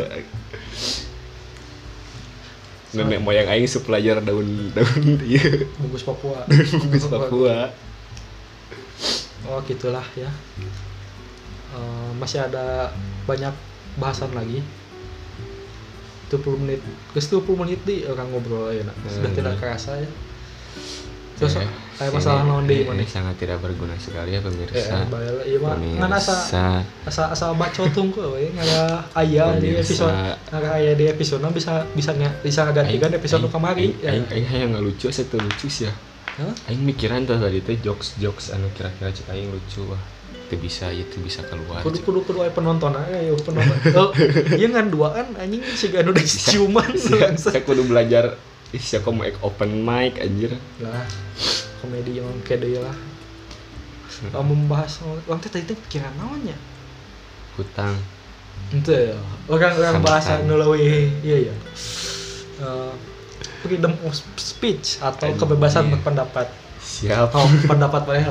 Nenek moyang aing supplier daun ieu. Bungkus Papua. Bungkus Papua. Oh, gitulah ya. Masih ada banyak bahasan lagi. 20 menit. Geus 20 menit di orang ngobrol ya. Sudah tidak kerasa ya. Terus kayak masalah naon deui ini sangat tidak berguna sekali ya pemirsa. Iya mah ngan asa bacot tunggu we ngaya aya di episode di episode bisa ngagantikan episode kamari. Aing hayang ngalucu satu lucu sih ya. Aing mikiran teh tadi teh jokes anu kira-kira cek aing lucu wah. bisa keluar. Kudu aya penonton aya penonton. Oh, ieu ngan duaan anjing siga anu ciuman langsung. Saya kudu belajar siapa mau open mic anjir. Lah, komedi yang kede lah. Membahas orang teh tadi pikiran naonnya? Hutang. Henteu ya. Orang bahasa nu leuwih iya ya. Freedom of speech atau kebebasan berpendapat. Siap. Oh, pendapat boleh.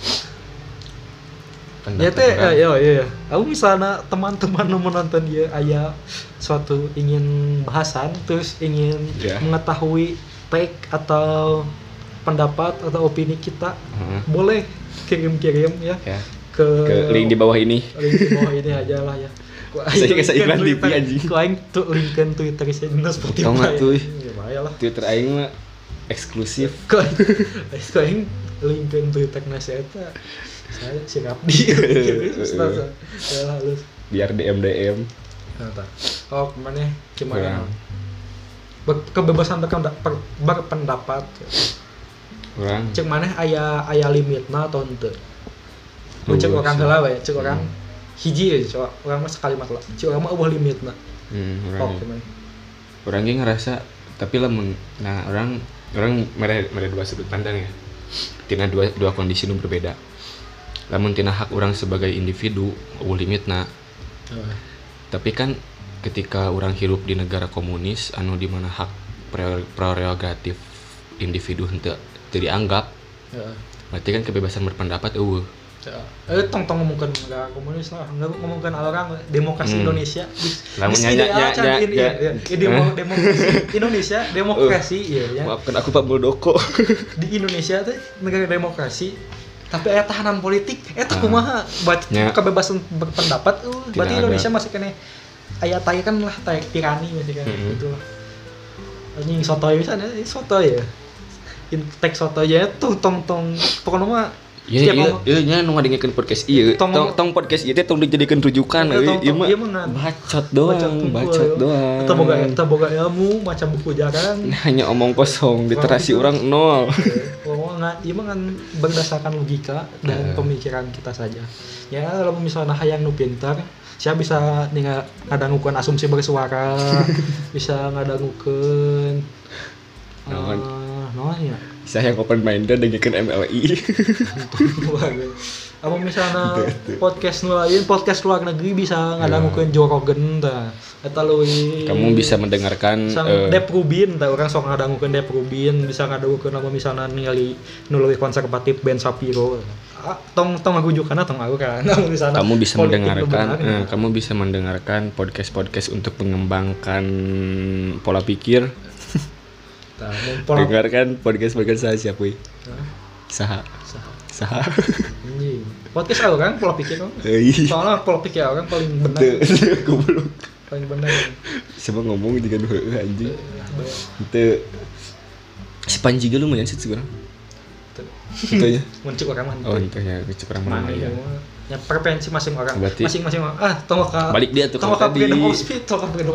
Ya teh iya. Aku misalnya teman-teman nu menonton dia aya suatu ingin bahasan terus ingin mengetahui take atau pendapat atau opini kita, boleh kirim ya ke link di bawah ini. Link di bawah ini aja lah ya. Saya iklan TV anjing. Ku aing tuh linkeun Twitter Sina Spotify. Tong atuh. Ya bae lah. Twitter aing mah eksklusif. Ku aing linkeun Twitter na eta. Saya si Rapdi. Saya halus. Biar DM. Nah, oh, gimana? Kebebasan berpendapat. Orang Cek maneh aya limitna atau henteu? Cek orang heula we, cek orang hiji ya, orang mah sekalimat lah. Cek orang mah eueuh limitna. Orang ge ngerasa tapi lamun orang mere dua sudut pandang ya. Tina dua kondisi nu berbeda. Lamun tina hak orang sebagai individu eueuh limitna. Tapi kan ketika orang hidup di negara komunis anu di mana hak prerogatif individu henteu dianggap. Berarti kan kebebasan berpendapat eueuh. Tong ngomongkeun negara komunis lah, ngomongkeun orang demokrasi Indonesia. Lamun nya demokrasi Indonesia, demokrasi ya. Maafkan aku Pak Muldoko. Di Indonesia teh negara demokrasi tapi aya tahanan politik eta kumaha kebebasan berpendapat berarti Indonesia masih kene aya tayekan lah tayak tirani masih kan gitu lah. Anjing sotoy bisa sotoy ya. Teks soto aja tong pokoknya mah iya nya nu ngadengkeun podcast ieu tong podcast ieu teh tong dijadikeun rujukan ieu mah bacot doang teu boga ilmu macam buku jarang hanya omong kosong literasi orang nol. Ieu mah kan berdasarkan logika dan pemikiran kita saja ya. Kalau misalnya hayang nu pintar saya bisa ngadangukeun asumsi bersuara bisa ngadangukeun ya. Saya yang open minded dengan MLI. Apa misalnya podcast lain, podcast luar negeri bisa ngadangukeun Joe Rogan tah. Eta leuwih. Kamu bisa mendengarkan Dave Rubin tah, urang sok ngadangukeun Dave Rubin, bisa ngadangukeun apa misalnya ningali nu leuwih konservatif Ben Shapiro. Tong ngagujukanna tong kan. Kamu bisa mendengarkan podcast untuk mengembangkan pola pikir. Dengarkan podcast siapa weh? Saha. Anjing. Podcast orang pola pikir kan? Soalnya pola pikir orang paling benar. Goblok. Paling benar. Siapa ngomong juga anjing. Teu. Si Panji ge lumayan sih sekarang. Itu ya. Muncul orang mah. Oh, itu ya, muncul orang mana ya. Ya preferensi masing-masing orang. Tong ka balik dia tuh tong ka freedom of speech,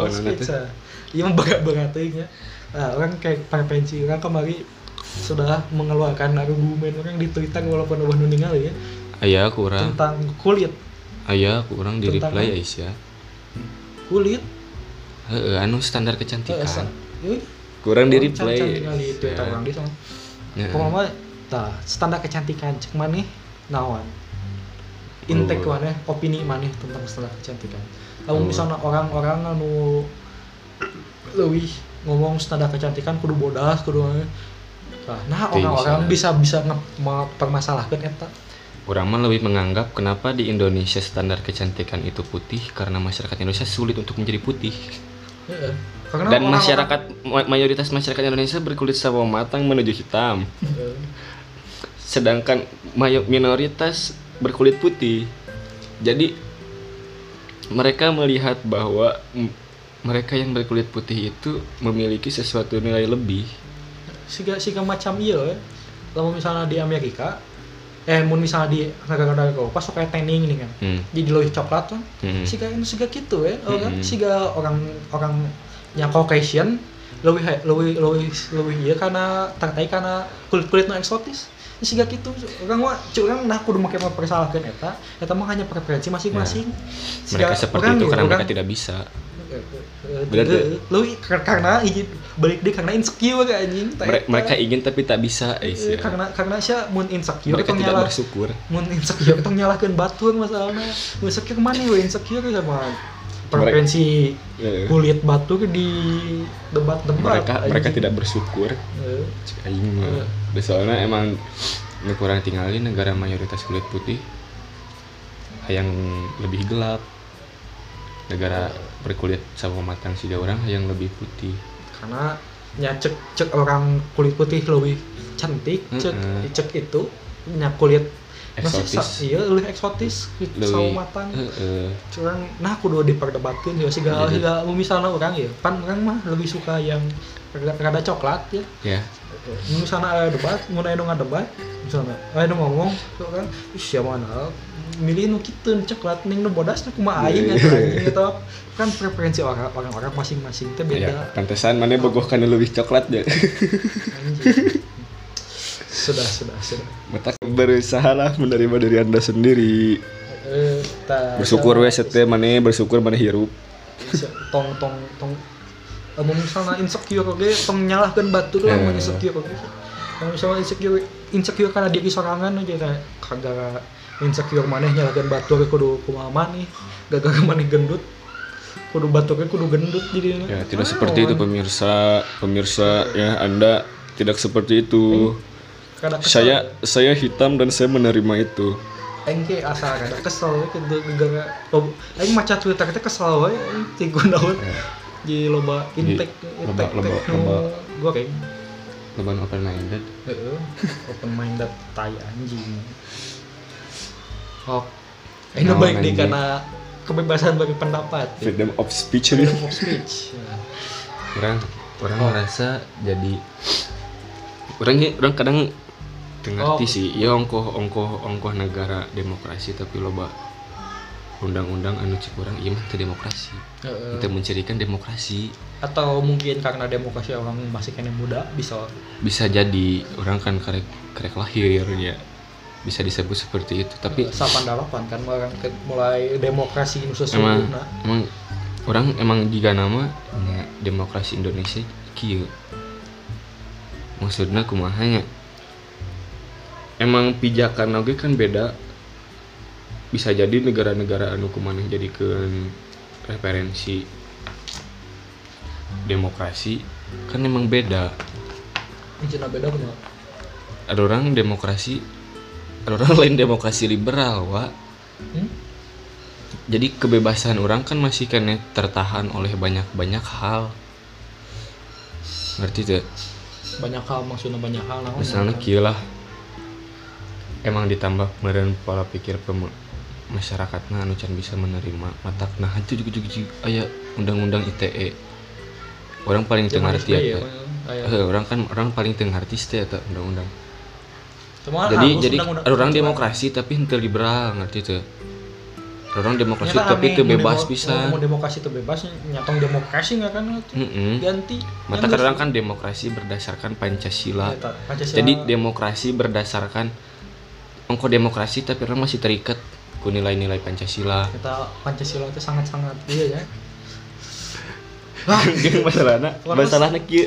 Ieu mah bagat teuing ya. Orang kayak preferensi orang kemari sudah mengeluarkan argumen orang di Twitter walaupun udah nuningal ya. Aya kurang tentang kulit. Aya kurang di reply Aisyah. Kulit? Anu standar kecantikan. Kurang di reply. Cantik Twitter orang di sana. Pokoknya tah standar kecantikan cek maneh naon? Intake maneh opini maneh tentang standar kecantikan. Lamun misalnya orang-orang anu leuwih ngomong standar kecantikan kudu bodas kudu orang-orang bisa mempermasalahkan eta. Urang mah lebih menganggap kenapa di Indonesia standar kecantikan itu putih karena masyarakat Indonesia sulit untuk menjadi putih. Dan mayoritas masyarakat Indonesia berkulit sawo matang menuju hitam. Sedangkan minoritas berkulit putih. Jadi mereka melihat bahwa mereka yang berkulit putih itu memiliki sesuatu nilai lebih. Siga macam ieu lamun misalnya di Amerika mun misalnya di negara-negara Eropa sok kayak tanning ini kan. Jadi leuwih coklat kan. Siga kitu kan siga orang yang Caucasian leuwih ieu karena tertarik karena kulit-kulitna eksotis. Siga kitu urang mah curang nah kudu make mempersalahkeun eta mah hanya preferensi masing-masing. Mereka seperti itu karena mereka tidak bisa. Lu karena izin balik deh karena insecure anjing. Mereka ingin tapi tak bisa. Karena sia mun insecure mereka tidak bersyukur. Mun insecure tong nyalahkeun batur masalahna. Insecure mana we insecure sama preferensi kulit batur di debat-debat. Mereka tidak bersyukur. Aing mah. Soalnya emang kurang tinggal di negara mayoritas kulit putih yang lebih gelap. Negara berkulit sama matang sih orang yang lebih putih. Karena nya cek orang kulit putih lebih cantik, cek itu nya kulit eksotis. Iya, lebih eksotis sama matang. Cuman nah kudu diperdebatkeun ya siga misalna urang ya. Pan urang mah lebih suka yang rada coklat ya. Ya. Misalna aya debat, mun aya nu ngadebat, misalna aya nu ngomong kan, sia mana milih nu kitu coklat ning nu bodas nu kumaha aing gitu. Kan preferensi orang-orang masing-masing teh beda. Ya, pantesan maneh bogoh kana lebih coklat ya. Anjir. Sudah. Matak berusaha lah menerima diri Anda sendiri. Bersyukur we teh maneh bersyukur maneh hirup. Tong misalnya insecure oge tong nyalahkeun batur lah mun insecure oge. Kalau misalnya insecure karena diri sorangan aja kayak kagak insecure maneh nyalahkeun batur kudu kumaha maneh gara-gara maneh gendut. Kudu baturnya kudu gendut jadi. Ya, tidak seperti itu pemirsa ya, Anda tidak seperti itu. Saya hitam dan saya menerima itu. Engke asal kada kesel gitu gara aing maca Twitter teh kesel wae ti gunaun. Di loba intake goreng. Loba open minded. Open minded tai anjing. Ini baik di karena kebebasan berpendapat. Freedom of speech. Orang merasa jadi orang kadang ngerti sih ya ongkoh negara demokrasi tapi loba undang-undang anu cek urang ieu mah teu demokrasi. Kita mencirikan demokrasi. Atau mungkin karena demokrasi orang masih kena muda bisa jadi orang kan karek lahir ya. Bisa disebut seperti itu tapi 88 kan orang mulai demokrasi nu sesungguhna. Emang jika nama demokrasi Indonesia kieu. Maksudna kumaha nya? Emang pijakan oge kan beda. Bisa jadi negara-negara anu kumaneh jadikeun referensi demokrasi kan emang beda. Cenah beda kumaha? Ada orang demokrasi, ada orang lain demokrasi liberal, wa. Jadi kebebasan orang kan masih kena tertahan oleh banyak hal. Ngerti tuh? Banyak hal maksudnya banyak hal naon? Misalnya kieu lah. Emang ditambah meureun pola pikir masyarakatna anu can bisa menerima matakna henteu jugu-jugu aya undang-undang ITE. Orang paling teu ngarti eta. Orang paling teu ngarti teh eta undang-undang. Jadi orang demokrasi tapi henteu liberal ngerti teu. Orang demokrasi tapi teu bebas pisan. Mau demokrasi teu bebas nyatong demokrasi enggak kan ganti. Mata orang kan demokrasi berdasarkan Pancasila. Jadi demokrasi berdasarkan ongko demokrasi tapi orang masih terikat ku nilai-nilai Pancasila. Kita Pancasila itu sangat-sangat iya ya. Masalahna kieu,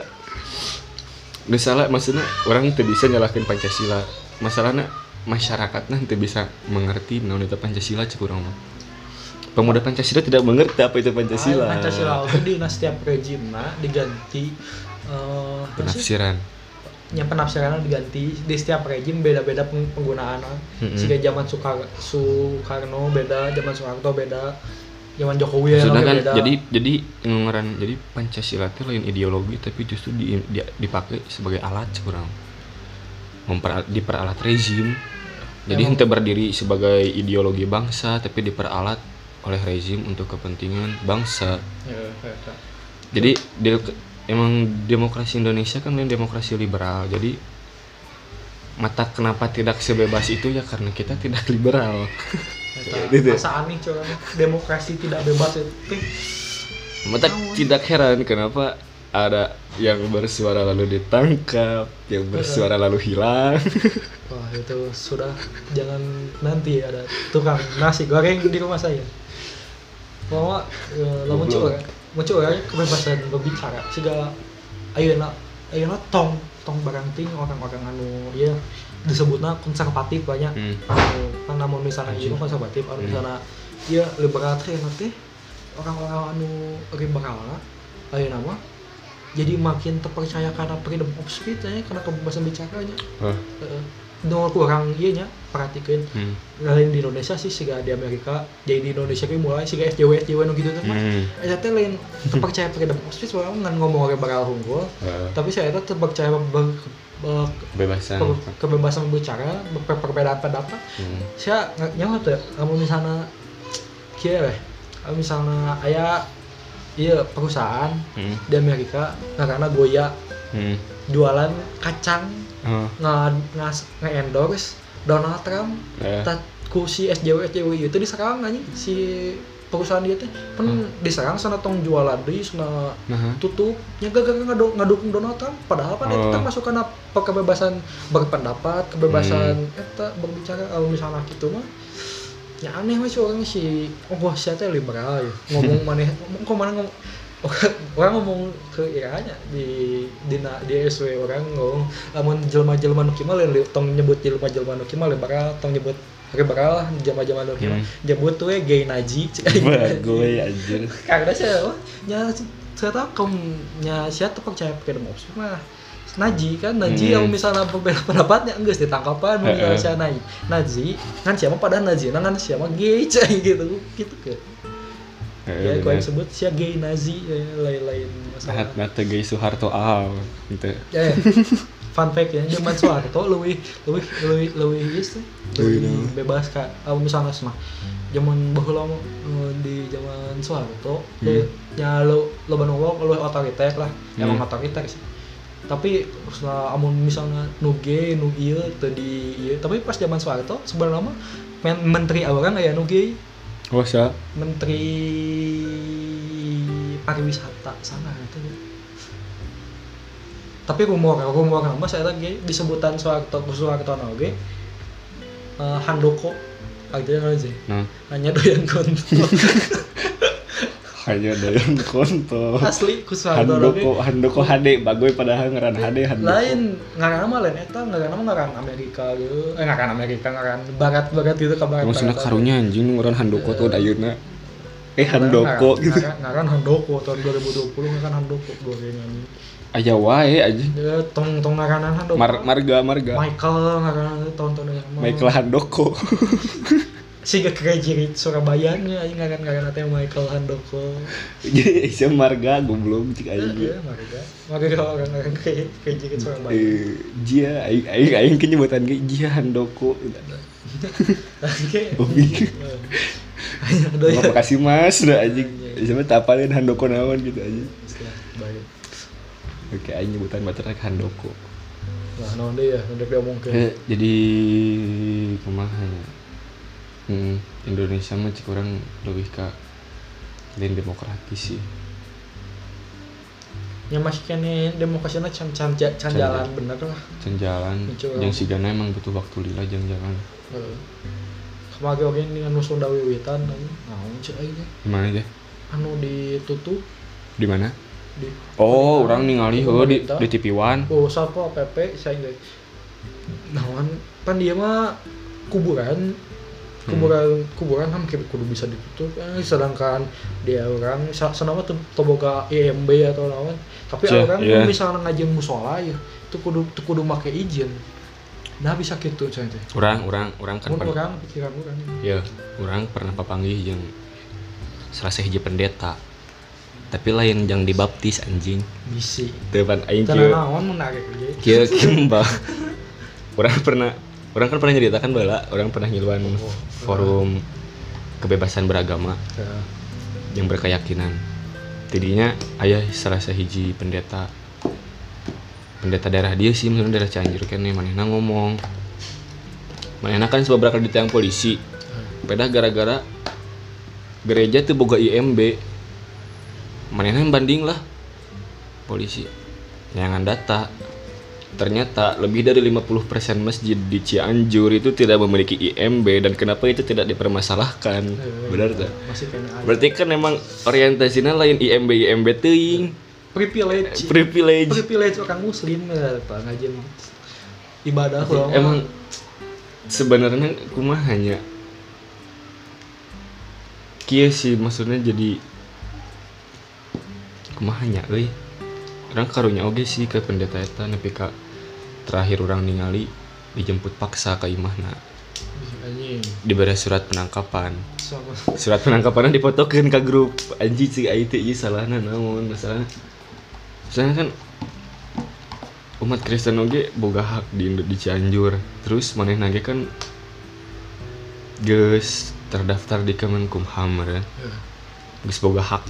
masalah maksudnya orang teu bisa nyalahkeun Pancasila. Masalahna masyarakatna teu bisa mengerti naon itu Pancasila cek urang mah. Pemuda Pancasila tidak mengerti apa itu Pancasila. Pancasila di setiap rejimna diganti penafsiran. Nya penafsirannya diganti di setiap rejim beda-beda penggunaannya. Siga zaman Soekarno beda, zaman Soeharto beda, zaman Jokowi kan beda. Jadi ngaran jadi Pancasila itu lain ideologi tapi justru dipakai sebagai alat kurang diperalat rezim. Jadi henteu berdiri sebagai ideologi bangsa tapi diperalat oleh rezim untuk kepentingan bangsa. Jadi emang demokrasi Indonesia kan demokrasi liberal. Jadi kenapa tidak sebebas itu ya karena kita tidak liberal. Masa aneh coba demokrasi tidak bebas itu. Tidak heran kenapa ada yang bersuara lalu ditangkap, yang bersuara lalu hilang. Wah itu sudah, jangan nanti ada tukang nasi goreng di rumah saya. Bahwa lo muncul kan kebebasan berbicara. Siga ayeuna tong baranting orang-orang anu ya disebutna konservatif banyak. Kan namun misalnya ieu konservatif anu misalnya ya liberal teh nanti orang-orang anu liberal ayeuna mah jadi makin terpercaya karena freedom of speech nya, karena kebebasan bicaranya. Nol kurang ieu nya perhatikeun. Lain di Indonesia sih siga di Amerika, jadi di Indonesia ge mulai siga SJW nu gitu teh mah. Eta teh lain terpercaya freedom of speech orang ngan ngomong liberal unggul. Tapi saya eta terpercaya kebebasan berbicara, perbedaan pendapat. Saya nyawa tuh, kamu misalnya kieu we, misalnya aya iya perusahaan di Amerika karena Goya jualan kacang nge-endorse Donald Trump ku si SJW itu diserang anjing si perusahaan dia teh diserang sana tong jualan deui sana tutup nya gara-gara ngadukung Donald Trump padahal kan eta teh masuk kana kebebasan berpendapat, kebebasan eta berbicara misalnya kitu mah ya aneh sih orang si sia teh liberal ya. Ngomong maneh ngomong orang ngomong ke iranya di SW orang ngomong lamun jelema-jelema nu kieu mah tong nyebut jelema-jelema nu kieu mah liberal, tong nyebut liberal jelema-jelema nu kieu mah nyebut we gay nazi bagoy anjir. Karena saya nya saya tahu kaum nya sia teu percaya freedom of speech mah Nazi kan, yang misalnya berbeda pendapatnya geus ditangkapan mun sia Nazi kan siapa padahal Nazi kan siapa gay cai gitu kan. Ya gua yang sebut sia gay Nazi lain-lain masalah. Nate gay Soeharto gitu. Ya. Fun fact ya, zaman Soeharto leuwih bebas ka misalnya mah. Zaman baheula di zaman Soeharto nya lo banungol leuwih otoriter lah. Emang otoriter sih. Tapi setelah amun misalnya nu ieu teu di ieu tapi pas zaman Soeharto sebenarnya mah menteri orang aya nu ge menteri pariwisata sana gitu. Tapi rumor nama saya lagi disebutan Soeharto oge Handoko artinya aja hanya doyan kontol. Hanya doyan kontol. Asli ku Soeharto Handoko HD bagoy padahal ngaran HD Handoko. Lain ngaran mah lain eta ngaran Amerika gitu. Ngaran barat gitu ka barat. Maksudna karunya anjing ngaran Handoko tuh ayeuna. Handoko gitu. Ngaran Handoko tahun 2020 ngaran Handoko goreng anjing. Aya wae anjing. Ya tong ngaranan Handoko. Marga. Michael ngaran tahun Michael Handoko. Siga Krejirit Surabaya nya aing ngaran teh Michael Handoko. Jadi sia marga goblok cik aing. Iya, marga orang Krejirit Surabaya. Jia aing kenyebutan ge Jia Handoko. Oke. Terima kasih Mas, udah anjing. Sampe tapalin Handoko naon gitu aja. Baik. Oke, aing nyebutan batur rek Handoko. Nah, naon deui ya, hendak diomongkeun. Jadi kumaha ya? Indonesia mah cik orang lebih ka lain demokratis sih. Ya masih kene demokrasinya can jalan bener lah. Can jalan. Yang sigana emang butuh waktu lila jangan. Kemage oge anu Sunda wiwitan naon cek aja. Di mana aja? Anu ditutup. Di mana? Orang ningali di TV One. Satpol PP saya ge. Naon pan dia mah kuburan hampir kudu bisa ditutup sedangkan dia orang senama tuh boga IMB atau naon tapi orang misalnya ngajin musola ya itu kudu make izin nah bisa gitu coy orang kan pikiran orang ya orang pernah papanggih jeung Selasa hiji pendeta tapi lain yang dibaptis anjing bisi depan aing kieu naon menarik kieu kimbah orang kan pernah ceritakan bala orang pernah ngiluan forum kebebasan beragama yang berkeyakinan tidinya aya Selasa hiji pendeta daerah dia sih maksudnya daerah Cianjur kene manehna ngomong manehna kan sababaraha ditayang polisi pedah gara-gara gereja teu boga IMB manehna banding lah polisi nyangan data. Ternyata lebih dari 50% masjid di Cianjur itu tidak memiliki IMB dan kenapa itu tidak dipermasalahkan? Benar tak? Berarti kan emang orientasinya lain IMB teuing. Privilege orang muslim Pak ngajin ibadah loh. Emang sebenarnya kumaha nya? Kieu sih maksudnya jadi kumaha nya euy. Orang karunya oge sih ke pendeta eta nepi ka terakhir orang ningali dijemput paksa ke imahna. Diberi surat penangkapan. Surat penangkapannya difotokeun ka grup. Anjing sih aya teh ieu salahna naon masalahna. Soalnya kan umat Kristen oge boga hak di Cianjur. Terus manehna ge kan geus terdaftar di Kemenkumham kan. Geus boga hak.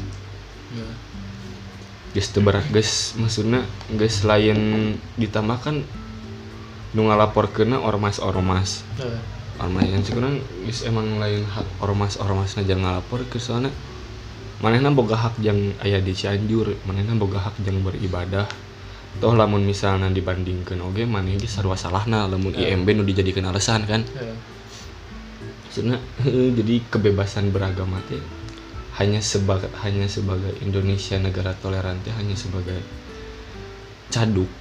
Geus teu berat geus maksudna geus lain ditambahkan nu ngalaporkeunna ormas-ormas. Ormas yang sekurang geus emang lain hak ormas-ormasna jangan ngalaporkeun soalna manehna boga hak jang aya di Cianjur, manehna boga hak jang beribadah. Toh lamun misalna dibandingkeun oge maneh ge sarua salahna lamun IMB nu dijadikeun alasan kan. Maksudna jadi kebebasan beragama teh hanya sebagai Indonesia negara toleran teh hanya sebagai caduk.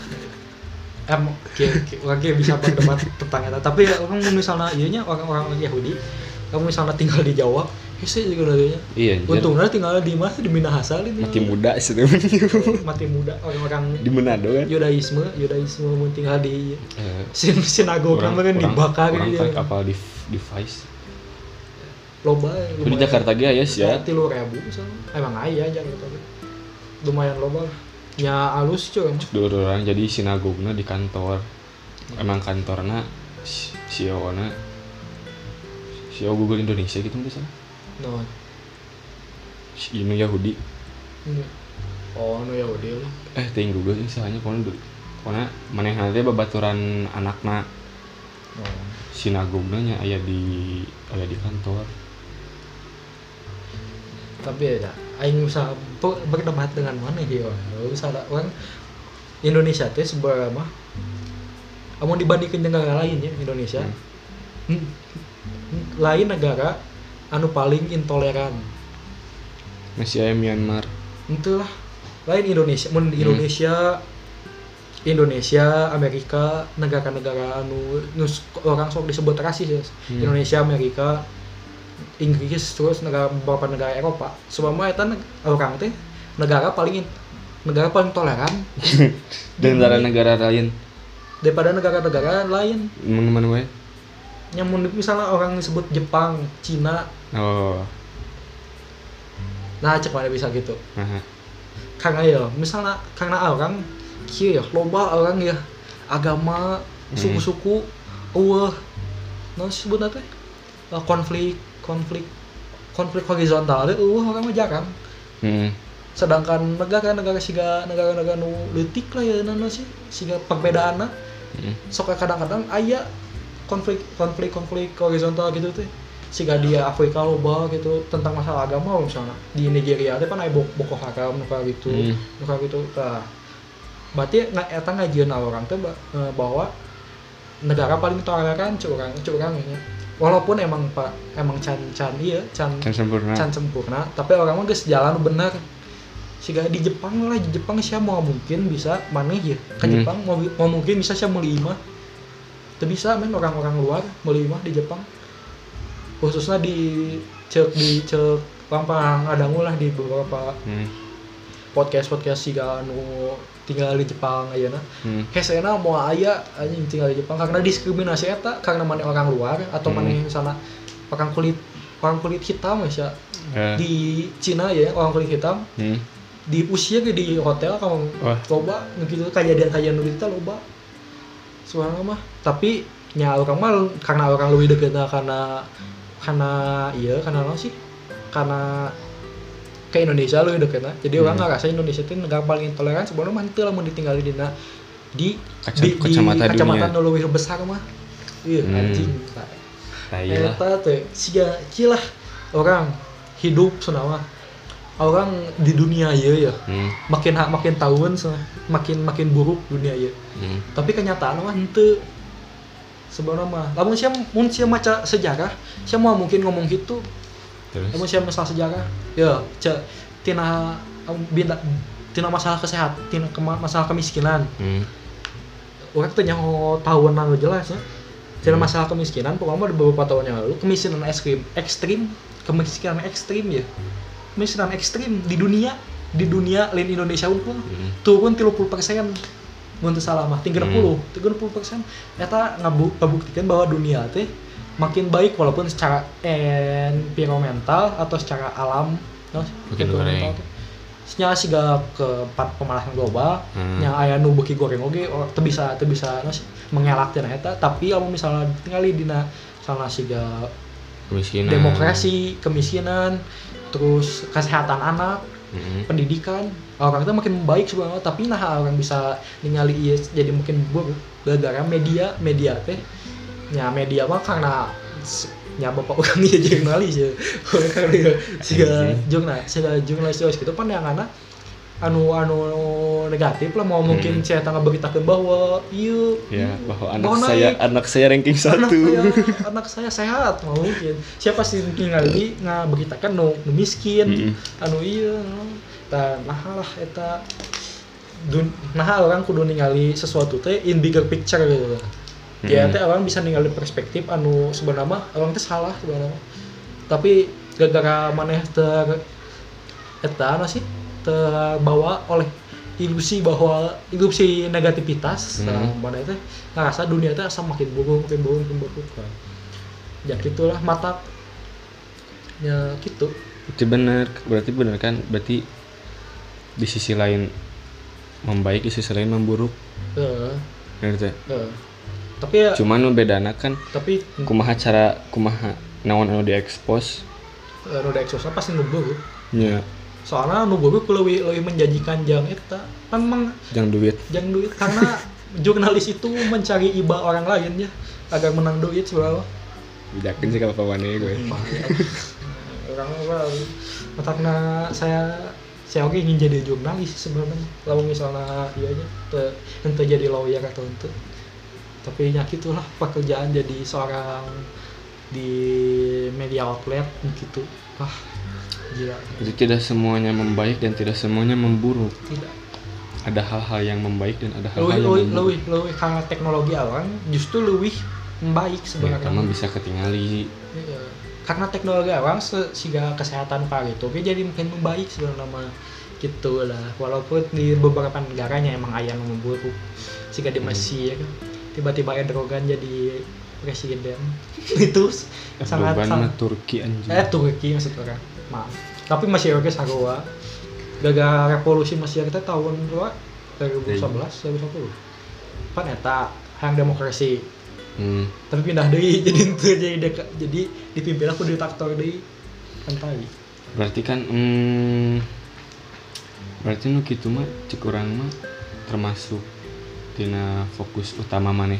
Orang bisa berdebat tentang itu. Tapi orang misalnya ieunya orang Yahudi, kamu misalnya tinggal di Jawa, hese juga nanya. Iya. Untungnya tinggal di mana di Minahasa itu. Mati muda sebenarnya. Mati muda orang-orang di Manado kan. Yudaisme mun tinggal di sinagoga kan dibakar gitu. Orang kapal di Vice. Loba di Jakarta ge aya sia 3.000 misalnya. Emang aya Jakarta ge. Lumayan loba. Nya alus cuy. Dulu orang jadi sinagogna di kantor. Emang kantorna CEO-na CEO Google Indonesia gitu misalnya. No. Ini Yahudi. Oh, nu Yahudi. Ting Google misalnya pokona manehna teh babaturan anakna. Oh. Sinagogna nya aya di kantor. Tapi ya, aing usah berdebat dengan mana gitu. Usah orang Indonesia teh sebenarnya mah amun dibandingkeun negara lain ya Indonesia. Lain negara anu paling intoleran. Masih aya Myanmar. Itulah. Lain Indonesia, mun Indonesia, Amerika, negara-negara anu orang sok disebut rasis ya. Indonesia, Amerika, Inggris, terus beberapa negara Eropa. Semua eta orang teh negara paling toleran daripada negara lain. Daripada negara-negara lain. Mana wae? Yang misalnya orang disebut Jepang, Cina. Oh. Nah, cek mana bisa gitu. Karena ya, misalnya karena orang kieu ya, loba orang ya agama, suku-suku, nah sebutna teh konflik horizontal teh orang mah jarang. Sedangkan negara-negara siga negara-negara nu leutik lah ya nana sih siga perbedaanna. Sok kadang-kadang aya konflik horizontal gitu teh. Siga dia Afrika loba gitu tentang masalah agama misalnya. Di Nigeria teh kan aya Boko Haram nu gitu. Tah. Berarti eta ngajieun orang teh bahwa negara paling toleran curang nya. Walaupun emang can sempurna, tapi orang mah geus jalan bener. Siga di Jepang sia mau mungkin bisa maneh ya. Ka Jepang mau mungkin bisa sia meuli imah. Teu bisa men orang-orang luar meuli imah di Jepang. Khususnya di cek lampang adangu lah di beberapa podcast siga anu tinggal di Jepang ayeuna. Hesena mau aya anjing tinggal di Jepang karena diskriminasi eta karena maneh orang luar atau maneh misalnya orang kulit hitam ya di Cina ya orang kulit hitam diusir di hotel kamu loba gitu kejadian gitu loba soalnya mah tapi nya orang mah karena orang lebih dekat karena naon sih karena ke Indonesia lebih dekat jadi orang ngerasa Indonesia itu negara paling intoleran sebenarnya mantul lah mau ditinggali di kacamata nu lebih besar mah anjing eta teh siga cilah orang hidup senawa orang di dunia ya makin tahun makin buruk dunia ya. Tapi kenyataan mah henteu sebenarnya mah. Lamun sia maca sejarah, sia mah mungkin ngomong gitu. Lamun sia masalah sejarah, ya tina masalah kesehatan, tina masalah kemiskinan. Orang tuh nyaho tahunan jelas ya. Tina masalah kemiskinan, pokoknya beberapa tahun yang lalu kemiskinan ekstrim ya. Kemiskinan ekstrim di dunia lain Indonesia unggul turun 30% mun teu salah mah 30% eta ngabuktikan bahwa dunia teh makin baik walaupun secara environmental atau secara alam makin goreng nya siga ke pemanasan global nya aya nu beuki goreng oge teu bisa mengelak tina eta. Tapi kalau misalnya tinggali dina salah siga kemiskinan, demokrasi, kemiskinan, terus kesehatan anak, pendidikan, orang itu makin baik sebenarnya. Tapi orang bisa ningali ieu jadi mungkin buruk gara-gara media teh. Ya media mah karena nya bapak orang ieu jurnalis ya. Karena siga jurnalis gitu pandanganna anu negatif lah mau mungkin saya tangga beritakeun bahwa ieu ya bahwa anak saya ranking 1. Anak saya sehat mau mungkin siapa sih ningali ngaberitakan nu miskin anu ieu tah lah eta orang kudu ningali sesuatu teh in bigger picture gitu. Ya teh orang bisa ningali perspektif anu sebenarnya orang teh salah sebenarnya. Tapi gara-gara maneh eta anu sih terbawa oleh ilusi negativitas mana itu ngerasa dunia itu asa makin buruk kan. Ya gitulah mata ya gitu. Berarti benar kan, berarti di sisi lain membaik, di sisi lain memburuk. Ngerti? Tapi ya cuman bedana kan tapi kumaha naon anu diekspos pasti nu buruk. Nya. Soalnya nu buruk leuwih menjanjikan jang eta. Kan memang jang duit karena jurnalis itu mencari iba orang lain ya agar menang duit sebenarnya. Bidakeun sih ka pamaneh gue. Orang matakna saya oke ingin jadi jurnalis sebenarnya. Lalu misalnya ieu nya teu jadi lawyer atau henteu. Tapi nya gitulah pekerjaan jadi seorang di media outlet gitu. Gila. Jadi tidak semuanya membaik dan tidak semuanya memburuk. Tidak. Ada hal-hal yang membaik dan ada hal-hal yang memburuk. Lebih karena teknologi awan justru lebih membaik sebenarnya. Ya, karena bisa ketinggali. Iya. Karena teknologi awan sehingga kesehatan kali itu jadi mungkin membaik sebenarnya mah gitu lah. Walaupun di beberapa negaranya emang aya yang memburuk. Sehingga di Mesir tiba-tiba Erdogan jadi presiden. Itu sangat Turki anjing. Turki maksud orang. Maaf. Tapi masih oke sarua. Gagal revolusi Mesir kita tahun 2011 2010. Pan eta hayang demokrasi. Tapi pindah deui jadi dipimpin aku diktator deui santai. Berarti kan berarti nu kitu mah cek urang mah termasuk tina fokus utama maneh.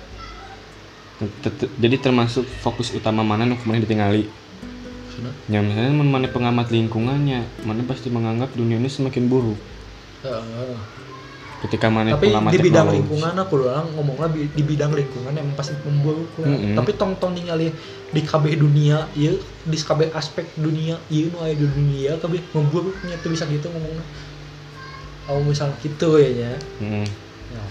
Jadi termasuk fokus utama mana nu kumaha ditinggali. Ya misalnya mana pengamat lingkungannya, mana pasti menganggap dunia ini semakin buruk. Ketika mana pengamat tapi di bidang lingkungan aku doang ngomongnya di bidang lingkungan yang pasti memburuk. Tapi tong ningali di kabeh dunia, ieu di kabeh aspek dunia, ieu nu aya di dunia kabeh memburuknya tuh bisa gitu ngomongnya. Kalau misal gitu ya. Ya.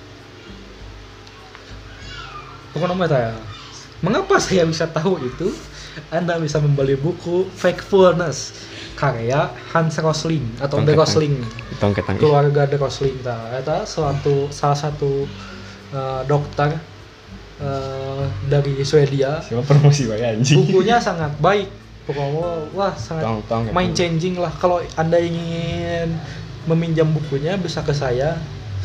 Pokoknya saya, mengapa saya bisa tahu itu? Anda bisa membeli buku Factfulness karya Hans Rosling atau The Rosling. Keluarga The Rosling eta salah satu dokter dari Swedia. Siapa promosi wae anjing. Bukunya sangat baik. Pokoknya sangat mind changing lah. Kalau Anda ingin meminjam bukunya bisa ke saya.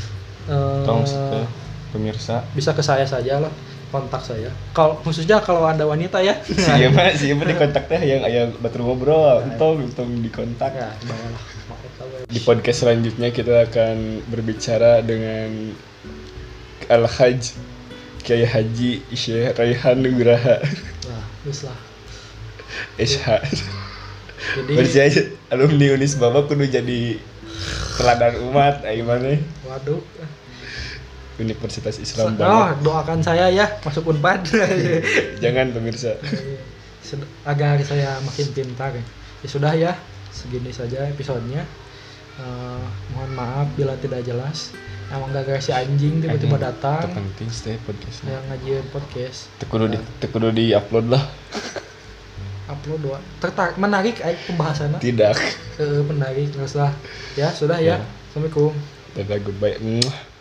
Pemirsa bisa ke saya saja lah. Kontak saya. Khususnya kalau Anda wanita ya. Siapa di kontak teh yang aya batur ngobrol, untung di kontak. Ya, baiklah. Di podcast selanjutnya kita akan berbicara dengan Al-Hajj Kiai Haji Syekh Raihan Nugraha. Nah, geus lah. SH. Jadi berjaya alumni Unisba mah kudu jadi teladan umat aing mah. Waduh. Universitas Islam Oh, banget. doakan saya ya masuk Unpad. Jangan pemirsa. Agar saya makin pintar. Ya sudah ya, segini saja episodenya. Mohon maaf bila tidak jelas. Emang gara-gara si anjing tiba-tiba datang. Penting stay podcast. Yang ngajiin podcast. Tekudu di upload lah. Upload doa. Menarik pembahasannya. Tidak. Menarik, nggak usah. Ya sudah ya. Assalamualaikum. Dadah goodbye.